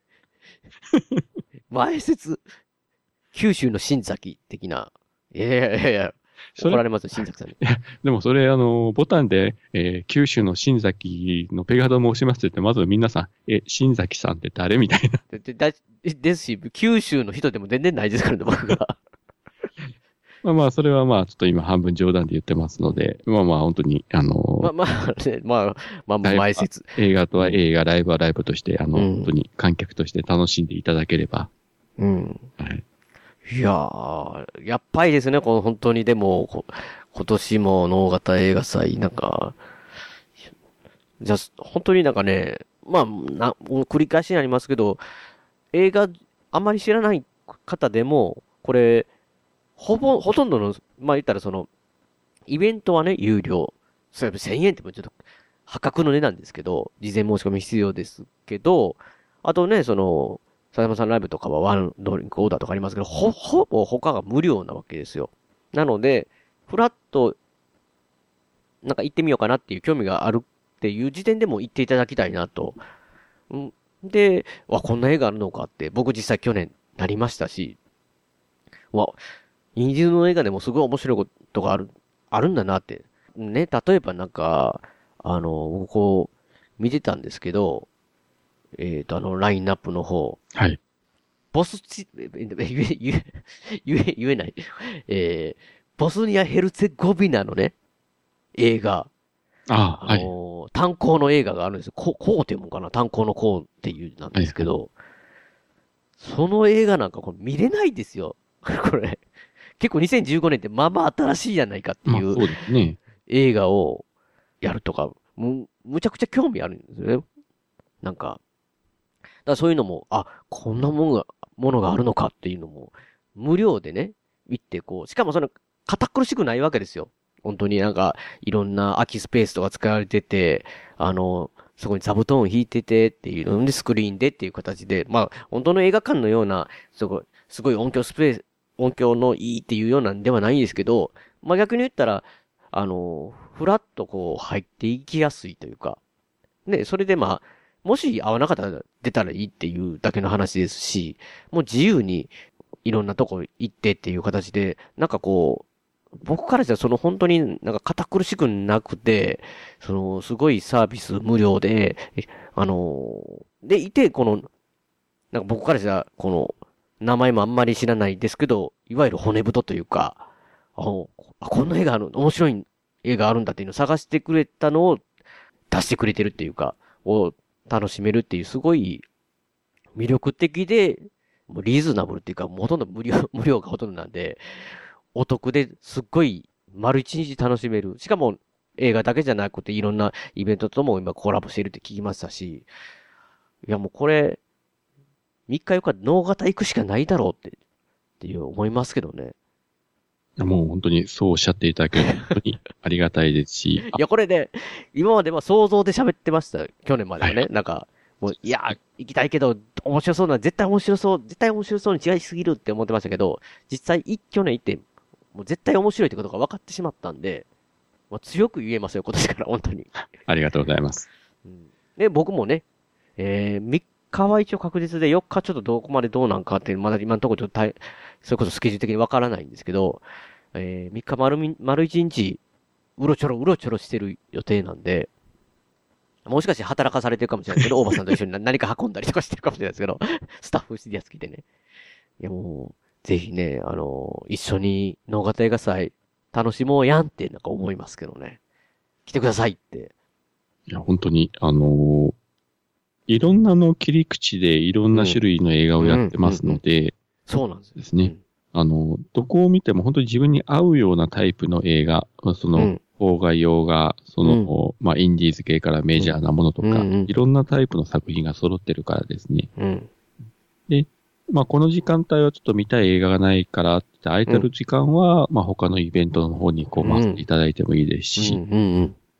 前説九州の新崎的な。いやいやいやいや。怒られますよ、新崎さんに。いや、
でもそれ、あの、ボタンで、えー、九州の新崎のペガドも押しますって言って、まず皆さん、え、新崎さんって誰みたいな。
で、だ、ですし、九州の人でも全然ないですからね、僕が。
まあまあ、それはまあ、ちょっと今半分冗談で言ってますので、まあまあ、本当に、あのー、
まあまあ、ね、まあ、まあ、前説。
映画とは映画、ライブはライブとして、あの、うん、本当に観客として楽しんでいただければ。
うん。はい。いやー、やっぱりですね、この本当にでも、今年も能型映画祭、なんか、じゃあ、本当になんかね、まあ、な、繰り返しになりますけど、映画、あんまり知らない方でも、これ、ほぼ、ほとんどの、まあ言ったらその、イベントはね、有料。それせんえんってもちょっと破格の値段ですけど、事前申し込み必要ですけど、あとね、その、笹山さんライブとかはワンドリンクオーダーとかありますけど、ほ、ほぼ他が無料なわけですよ。なので、フラッと、なんか行ってみようかなっていう興味があるっていう時点でも行っていただきたいなと。んで、わ、こんな映画あるのかって、僕実際去年なりましたし、わ、インディーズの映画でもすごい面白いことがある、あるんだなって。ね、例えばなんか、あの、僕こう、見てたんですけど、えっと、あの、ラインナップの方。
はい。
ボスチ、言え、言え、言え、言えない。えー、ボスニア・ヘルツェゴビナのね、映画。
ああ、
あの、はい。炭鉱の映画があるんですよ。こう、こうっていうもんかな。炭鉱のこうっていうなんですけど、はい、その映画なんかこれ見れないですよ。これ。結構にせんじゅうごねんってまあまあ新しいじゃないかっていう、
そうですね、
映画をやるとか、む、むちゃくちゃ興味あるんですよね。なんか、だからそういうのも、あ、こんなものが、ものがあるのかっていうのも、無料でね、見てこう、しかもその、堅苦しくないわけですよ。本当になんか、いろんな空きスペースとか使われてて、あの、そこに座布団を引いててっていうので、スクリーンでっていう形で、まあ、本当の映画館のような、すごい、すごい音響スペース、音響のいいっていうようなんではないんですけど、まあ逆に言ったら、あの、ふらっとこう入っていきやすいというか、ね、それでまあ、もし合わなかったら出たらいいっていうだけの話ですし、もう自由にいろんなとこ行ってっていう形で、なんかこう、僕からしたらその本当になんか堅苦しくなくて、そのすごいサービス無料で、あの、でいて、この、なんか僕からしたらこの、名前もあんまり知らないですけど、いわゆる骨太というか、あ、こんな映画ある、面白い映画あるんだっていうのを探してくれたのを出してくれてるっていうか、を楽しめるっていうすごい魅力的で、もうリーズナブルっていうか、もうほとんど無料、無料がほとんどなんで、お得ですっごい丸一日楽しめる。しかも映画だけじゃなくていろんなイベントとも今コラボしてるって聞きましたし、いやもうこれ、みっかよっか能型行くしかないだろうって、っていう思いますけどね。
もう本当にそうおっしゃっていただけると本当にありがたいですし。
いや、これね、今までは想像で喋ってました。去年まではね。はい、なんか、もう、いや、行きたいけど、面白そうな、絶対面白そう、絶対面白そうに違いすぎるって思ってましたけど、実際、去年行って、もう絶対面白いってことが分かってしまったんで、まあ、強く言えますよ、今年から、本当に。
ありがとうございます。
うん、で、僕もね、えー、みっかは一応確実でよっかちょっとどこまでどうなんかっていう、まだ今のところちょっと大、それこそスケジュール的にわからないんですけど、えー、みっか丸み、丸いちにち、うろちょろうろちょろしてる予定なんで、もしかして働かされてるかもしれないけど、大場さんと一緒に何か運んだりとかしてるかもしれないですけど、スタッフしてるやつ来てね。いやもう、ぜひね、あの、一緒に能型映画祭楽しもうやんってなんか思いますけどね。来てくださいって。
いや、本当に、あのー、いろんなの切り口でいろんな種類の映画をやってますので、
そうなんです
ですね。あの、どこを見ても本当に自分に合うようなタイプの映画、その、邦画、洋画、その、うん、まあ、インディーズ系からメジャーなものとか、うんうん、いろんなタイプの作品が揃ってるからですね。
うん、
で、まあ、この時間帯はちょっと見たい映画がないからって空いてる時間は、うん、まあ、他のイベントの方にこう回していただいてもいいですし、
うんうんうん、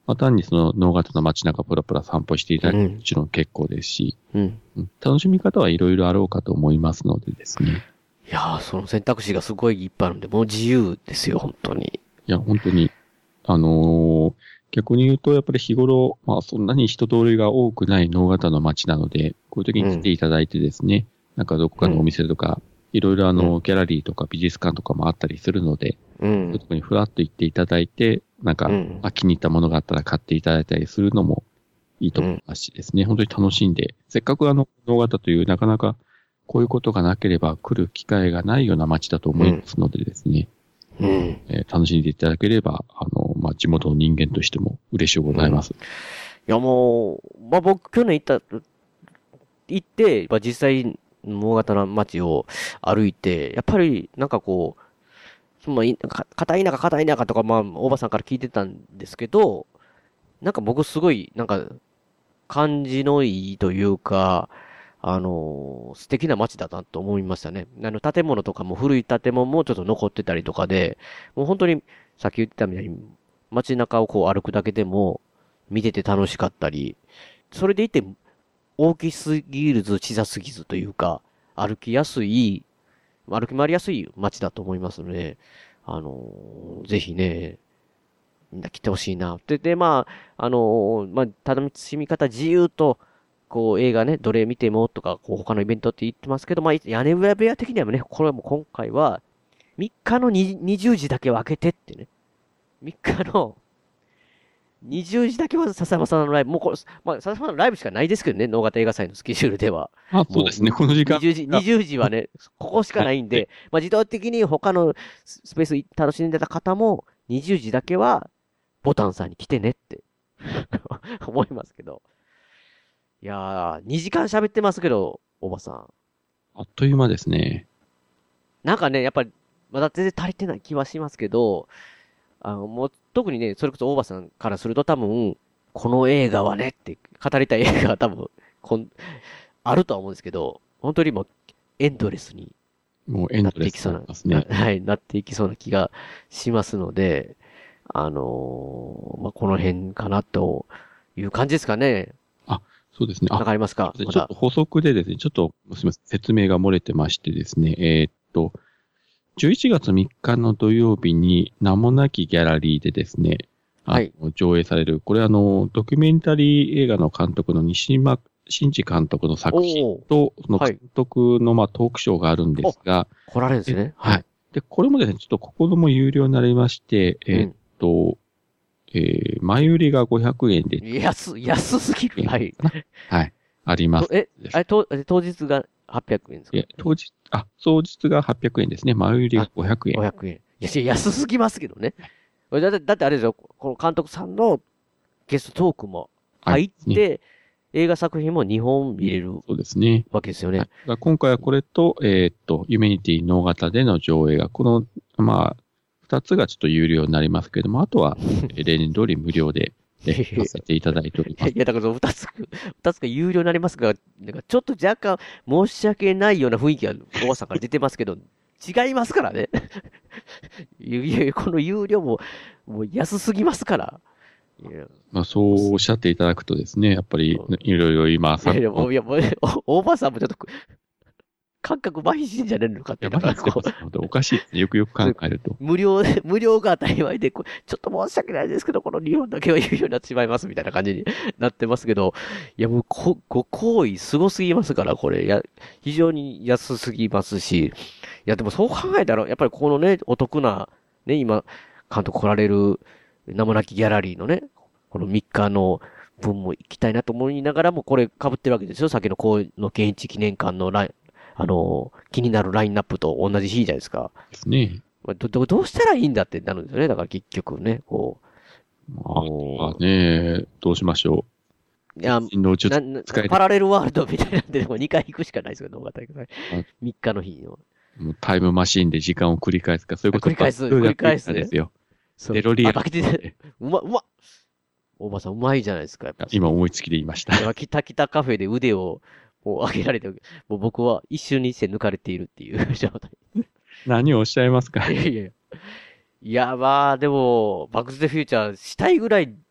まあ、単にその能形の街中プラプラ散歩していただくもちろん結構ですし、
うん
うん、楽しみ方はいろいろあろうかと思いますのでですね。
いやー、その選択肢がすごいいっぱいあるんで、もう自由ですよ、本当に。
いや、本当に、あのー、逆に言うと、やっぱり日頃、まあそんなに人通りが多くない能形の街なので、こういう時に来ていただいてですね、うん、なんかどこかのお店とか、いろいろあの、うん、ギャラリーとか美術館とかもあったりするので、うん、そういうとこにふらっと行っていただいて、なんか、うん、あ気に入ったものがあったら買っていただいたりするのもいいと思いますしですね、うん、本当に楽しんで、せっかくあの、能形というなかなかこういうことがなければ来る機会がないような街だと思いますのでですね、うんえー、楽しんでいただければ、あの、まあ、地元の人間としても嬉しいございます。うん、い
やもう、まあ、僕去年行った、行って、まあ、実際、能形の街を歩いて、やっぱりなんかこう、まあ、片田舎片田舎とか、まあ、おばさんから聞いてたんですけど、なんか僕すごい、なんか、感じのいいというか、あのー、素敵な街だなと思いましたね。あの、建物とかも古い建物もちょっと残ってたりとかで、もう本当に、さっき言ってたみたいに、街中をこう歩くだけでも、見てて楽しかったり、それでいて、大きすぎるず小さすぎずというか、歩きやすい、歩き回りやすい街だと思いますので、あのー、ぜひね、みんな来てほしいな。で、で、まあ、あのー、まあ、楽しみ方自由と、こう映画ね、どれ見てもとか、こう他のイベントって言ってますけど、まあ、屋根裏部屋的にはね、これも今回は、みっかのにじゅうじだけ分けてってね。みっかのにじゅうじだけは笹山さんのライブ、もうこれ、まあ、笹山さんのライブしかないですけどね、能形映画祭のスケジュールでは。
あ、そうですね、この時間。
にじゅうじ、にじゅうじはね、ここしかないんで、まあ自動的に他のスペース楽しんでた方も、にじゅうじだけは、ボタンさんに来てねって、思いますけど。いやー、にじかん喋ってますけど、おばさん。
あっという間ですね。
なんかね、やっぱり、まだ全然足りてない気はしますけど、あの、もう、特にね、それこそ大場さんからすると多分、この映画はねって語りたい映画は多分、こん、あるとは思うんですけど、本当にもう、エンドレスに
もうエンドレスになっていきそうな、
ね、はい、なっていきそうな気がしますので、あのー、まあ、この辺かなという感じですかね。
あ、そうですね。
わかりますか？
ちょっと補足でですね、ちょっと、すみません、説明が漏れてましてですね、えー、っと、じゅういちがつみっかの土曜日に名もなきギャラリーでですね、はい、上映される、これあの、ドキュメンタリー映画の監督の西島真嗣監督の作品と、その監督のまあトークショーがあるんですが、
来られるんですね。
はい。で、これもですね、ちょっとここでも有料になりまして、えー、っと、えー、前売りがごひゃくえんで。
安、安すぎる。はい。
はい。あります。
え、あれ、当日がはっぴゃくえんですか？
いや、当日、あ、当日がはっぴゃくえんですね。前売りがごひゃくえん。
ごひゃくえん。いや、安すぎますけどね。だって、だってあれですよ、この監督さんのゲストトークも入って、ね、映画作品もにほん見れる。
そうですね。
わけですよね。
はい、今回はこれと、えー、っと、ユメニティ能形での上映が、この、まあ、二つがちょっと有料になりますけれども、あとは、例年通り無料で、させていただいております。
いや、だからその二つ、二つが有料になりますが、なんかちょっと若干申し訳ないような雰囲気がおばさんから出てますけど、違いますからね。いや、この有料も、もう安すぎますから。
いやまあ、そうおっしゃっていただくとですね、やっぱり、いろいろ今、
いやいや、もう、いや、もう、おばさんもちょっと、感覚麻痺してんじゃねえのかって。
やっぱりおかしいですね。よくよく考えると。
無料、無料が当たり前で、ちょっと申し訳ないですけど、この日本だけは有料になってしまいますみたいな感じになってますけど、いやもう、こ、ご行為すごすぎますから、これ。いや、非常に安すぎますし、いや、でもそう考えたら、やっぱりこのね、お得な、ね、今、監督来られる、名もなきギャラリーのね、このみっかの分も行きたいなと思いながらも、これ被ってるわけですよ。さっきの河野健一記念館のライン、あの、気になるラインナップと同じ日じゃないですか。
ですね。
ど、ど、どうしたらいいんだってなるんですよね。だから結局ね、こ
う。まあね、どうしましょ
う。いや、なパラレルワールドみたいなんで、もうにかい行くしかないですけど、動画大会。みっかの日の。
もうタイムマシーンで時間を繰り返すか、そういうこと
繰り返す、繰り返す。
ですよ。
デロリアン。うま、うま大場さんうまいじゃないですか。やっぱ
今思いつきで言いました。
キタキタカフェで腕を、もう上げられて、もう僕は一瞬にして抜かれているっていう状態。
何をおっしゃいますか？
いやいやいや。いや、まあ、でも、バックス・デ・フューチャーしたいぐらい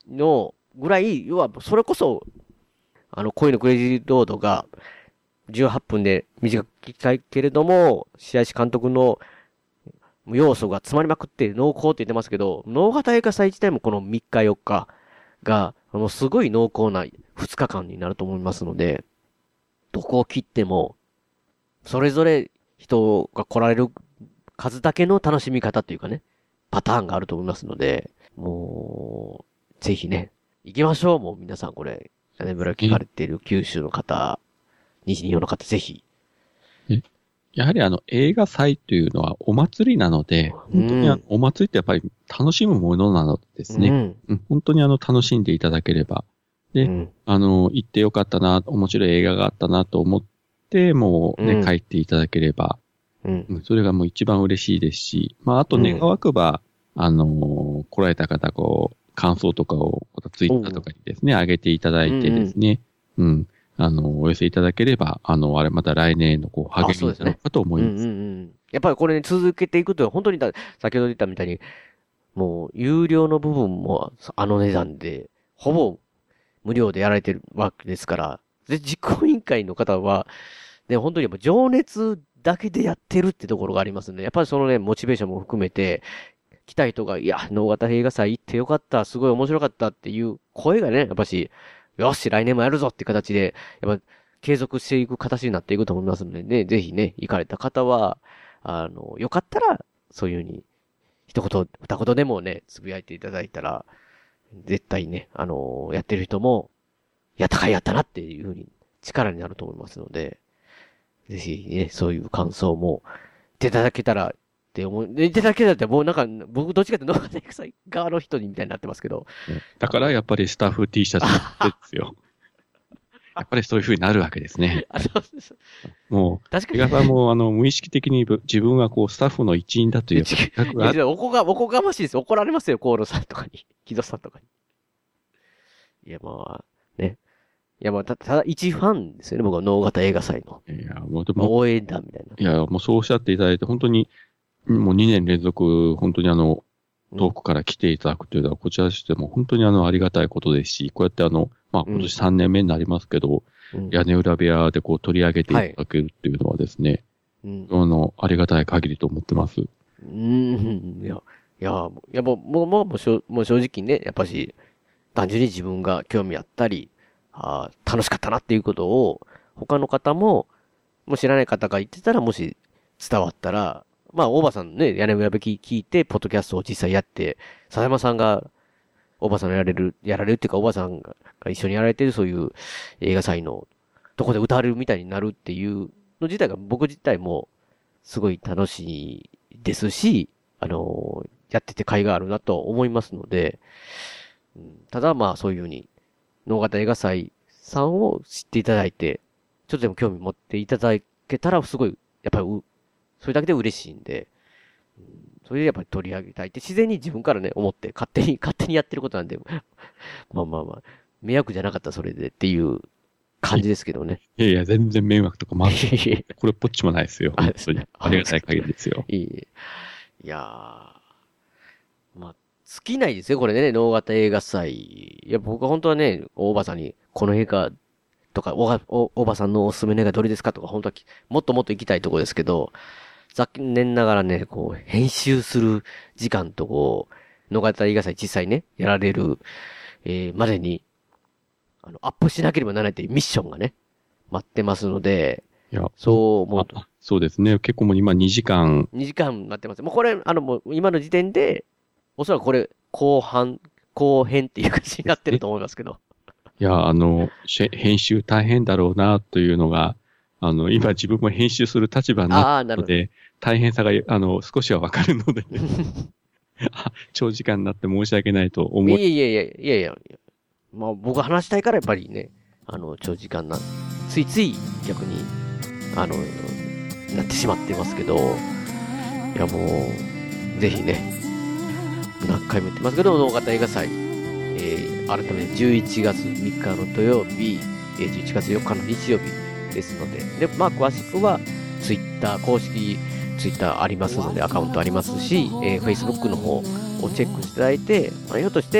のぐらい、要は、それこそ、あの、恋のクレイジーロードが、じゅうはっぷんで短く聞きたいけれども、白石監督の要素が詰まりまくって濃厚って言ってますけど、能型映画祭自体もこのみっかよっかが、もうすごい濃厚なふつかかんになると思いますので、どこを切っても、それぞれ人が来られる数だけの楽しみ方っていうかね、パターンがあると思いますので、もう、ぜひね、行きましょう、もう皆さんこれ。屋根裏聞かれている九州の方、西日本の方、ぜひ。
やはりあの映画祭というのはお祭りなので、本当にあのお祭りってやっぱり楽しむものなのですね。うんうん、本当にあの楽しんでいただければ。で、うん、あの、行ってよかったな、面白い映画があったなと思って、もうね、うん、帰っていただければ、うん、それがもう一番嬉しいですし、まああと願わくば、うん、あの、来られた方、こう、感想とかを、またツイッターとかにですね、上げていただいてですね、うん、うん、あの、お寄せいただければ、あの、あれまた来年のこう、励みになるかと思います。
うんうんうん、やっぱりこれね、続けていくと、本当にだ、先ほど言ったみたいに、もう、有料の部分もあの値段で、ほぼ無料でやられてるわけですから、で、実行委員会の方は、ね、本当にやっぱ情熱だけでやってるってところがありますんで、やっぱりそのね、モチベーションも含めて、来た人が、いや、能型映画祭行ってよかった、すごい面白かったっていう声がね、やっぱし、よし、来年もやるぞっていう形で、やっぱ、継続していく形になっていくと思いますのでね、ぜひね、行かれた方は、あの、よかったら、そういうふうに、一言、二言でもね、つぶやいていただいたら、絶対ね、あの、やってる人も、やったかいやったなっていうふうに力になると思いますので、ぜひね、そういう感想も、いただけたら、って思う。いただけたらって、もうなんか、僕どっちかって能型映画祭側の人にみたいになってますけど。
だからやっぱりスタッフ T シャツですよ。やっぱりそういう風になるわけですね。もう、確かに。映画さんもあの、無意識的に自分はこう、スタッフの一員だという自覚がある。
おこが、おこがましいです。怒られますよ、コールさんとかに。木戸さんとかに。いや、まあ、ね。いや、まあ、た、ただ、一ファンですよね、僕は能型映画祭の。
いや、もうでも。
応援団みたいな。
いや、もうそうおっしゃっていただいて、本当に、もうにねん連続、本当にあの、遠くから来ていただくというのは、こちらとしても本当にあの、ありがたいことですし、こうやってあの、まあ、今年さんねんめになりますけど、うん、屋根裏部屋でこう取り上げていただけるっていうのはですね、はい、あの、ありがたい限りと思ってます。
うん、いや、いや、いやもう、もう、もう、もう正直ね、やっぱし、単純に自分が興味あったり、あ楽しかったなっていうことを、他の方も、もし知らない方が言ってたら、もし伝わったら、まあ、大場さんね、屋根裏部屋聞いて、ポッドキャストを実際やって、笹山さんが、大場さんのやられる、やられるっていうか、大場さんが一緒にやられてるそういう映画祭のとこで歌われるみたいになるっていうの自体が、僕自体もすごい楽しいですし、あの、やってて甲斐があるなと思いますので、ただまあそういうふうに、能型映画祭さんを知っていただいて、ちょっとでも興味持っていただけたら、すごい、やっぱりう、それだけで嬉しいんで、それでやっぱり取り上げたいって自然に自分からね、思って勝手に、勝手にやってることなんで、まあまあまあ、迷惑じゃなかったそれでっていう感じですけどね。
いやいや、全然迷惑とかまあ、これぽっちもないですよ。本当に。ありがたい限りですよ。
いい。いやー、まあ、尽きないですよ、これね、能型映画祭。いや、僕は本当はね、大場さんに、この映画とか、お、大場さんのおすすめの映画どれですかとか、本当はもっともっと行きたいところですけど、残念ながらね、こう、編集する時間とこう、能型映画祭実際ね、やられる、えー、までに、あの、アップしなければならないというミッションがね、待ってますので、
いや、
そう思う
と。そうですね。結構もう今にじかん。
にじかん待ってます。もうこれ、あの、もう今の時点で、おそらくこれ、後半、後編っていう感じになってると思いますけど。
いや、あの、編集大変だろうな、というのが、あの、今自分も編集する立場になったので、大変さが、あの、少しはわかるので、長時間になって申し訳ないと思う。
いやいやいやいやいやいや。まあ僕話したいからやっぱりね、あの、長時間な、ついつい逆に、あの、なってしまってますけど、いやもう、ぜひね、何回も言ってますけど、能型映画祭、えー、改めてじゅういちがつみっかの土曜日、えー、じゅういちがつよっかの日曜日ですので、で、まあ詳しくは、ツイッター、公式ツイッターありますので、アカウントありますし、えー、Facebook の方をチェックしていただいて、まあ、ひょっとして、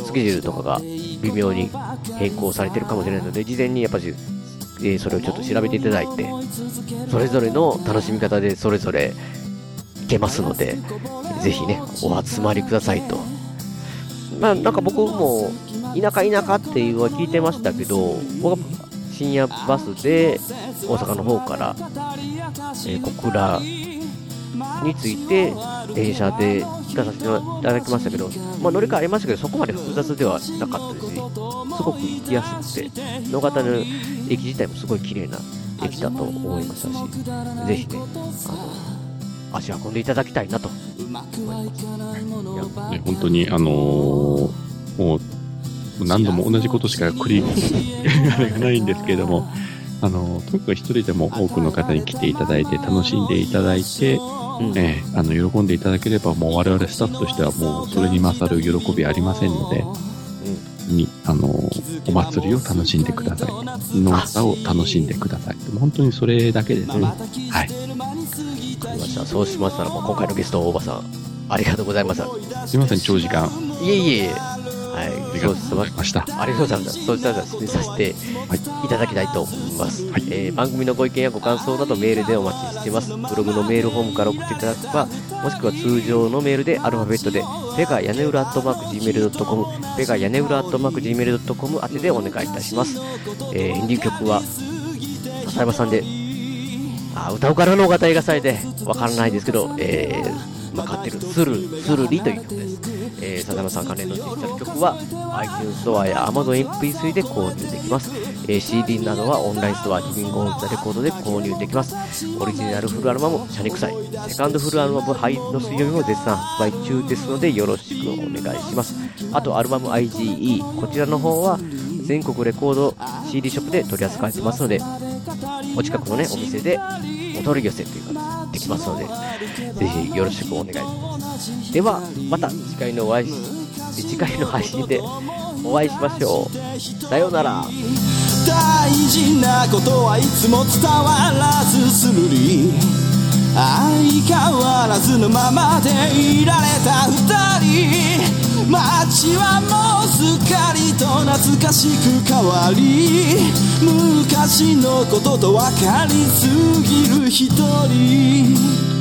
スケジュールとかが微妙に変更されてるかもしれないので、事前にやっぱり、えー、それをちょっと調べていただいて、それぞれの楽しみ方でそれぞれいけますので、ぜひねお集まりくださいと。まあなんか僕も田舎田舎っていうのは聞いてましたけど、僕は深夜バスで大阪の方から、えー、小倉について電車で行かさせていただきましたけど、まあ、乗り換えありましたけどそこまで複雑ではなかったですし、すごく行きやすくて、野方の駅自体もすごい綺麗な駅だと思いましたし、ぜひねあの足運んでいただきたいなと思います。い
や、ね、本当にあのー、もう何度も同じことしか繰りあれがないんですけれども、あのとにかく一人でも多くの方に来ていただいて楽しんでいただいて、うん、えー、あの喜んでいただければ、もう我々スタッフとしてはもうそれに勝る喜びありませんので、うん、にあのお祭りを楽しんでください、農家を楽しんでください。本当にそれだけですね、うん、はい。わか
りました。そうしましたら、まあ、今回のゲスト大場さんありがとうございます。
すいません長時間。
いえいえいえ、はい、
ありがとうございました。
ありがとうございました。そうしたら締めさせていただきたいと思います、はい。えー、番組のご意見やご感想などメールでお待ちしています。ブログのメールフォームから送っていただくか、もしくは通常のメールでアルファベットでペガ屋根裏アットマーク ジーメールドットコム、 ペガ屋根裏アットマーク ジーメールドットコム 宛てでお願いいたします。えー、エンディング曲は笹山さんで、あ、歌うからのお方映画祭でわからないですけど、えーまあ、買ってるスルスルリという曲です。えー、笹山さん関連のデジタル曲は iTunes ストアや Amazon エムピースリー で購入できます。えー、シーディー などはオンラインストアリビングオンザレコードで購入できます。オリジナルフルアルバムシャニクサイ、セカンドフルアルバムハイの水曜日も絶賛発売中ですのでよろしくお願いします。あとアルバム アイジーイー、 こちらの方は全国レコード シーディー ショップで取り扱ってますので、お近くのねお店でお取り寄せというかできますので、ぜひよろしくお願いします。ではまた次回のお会いし次回の配信でお会いしましょう。さようなら。
大事なことはいつも伝わらずするり、相変わらずのままでいられた二人、街はもうすっかりと懐かしく変わり、昔のことと分かりすぎる一人。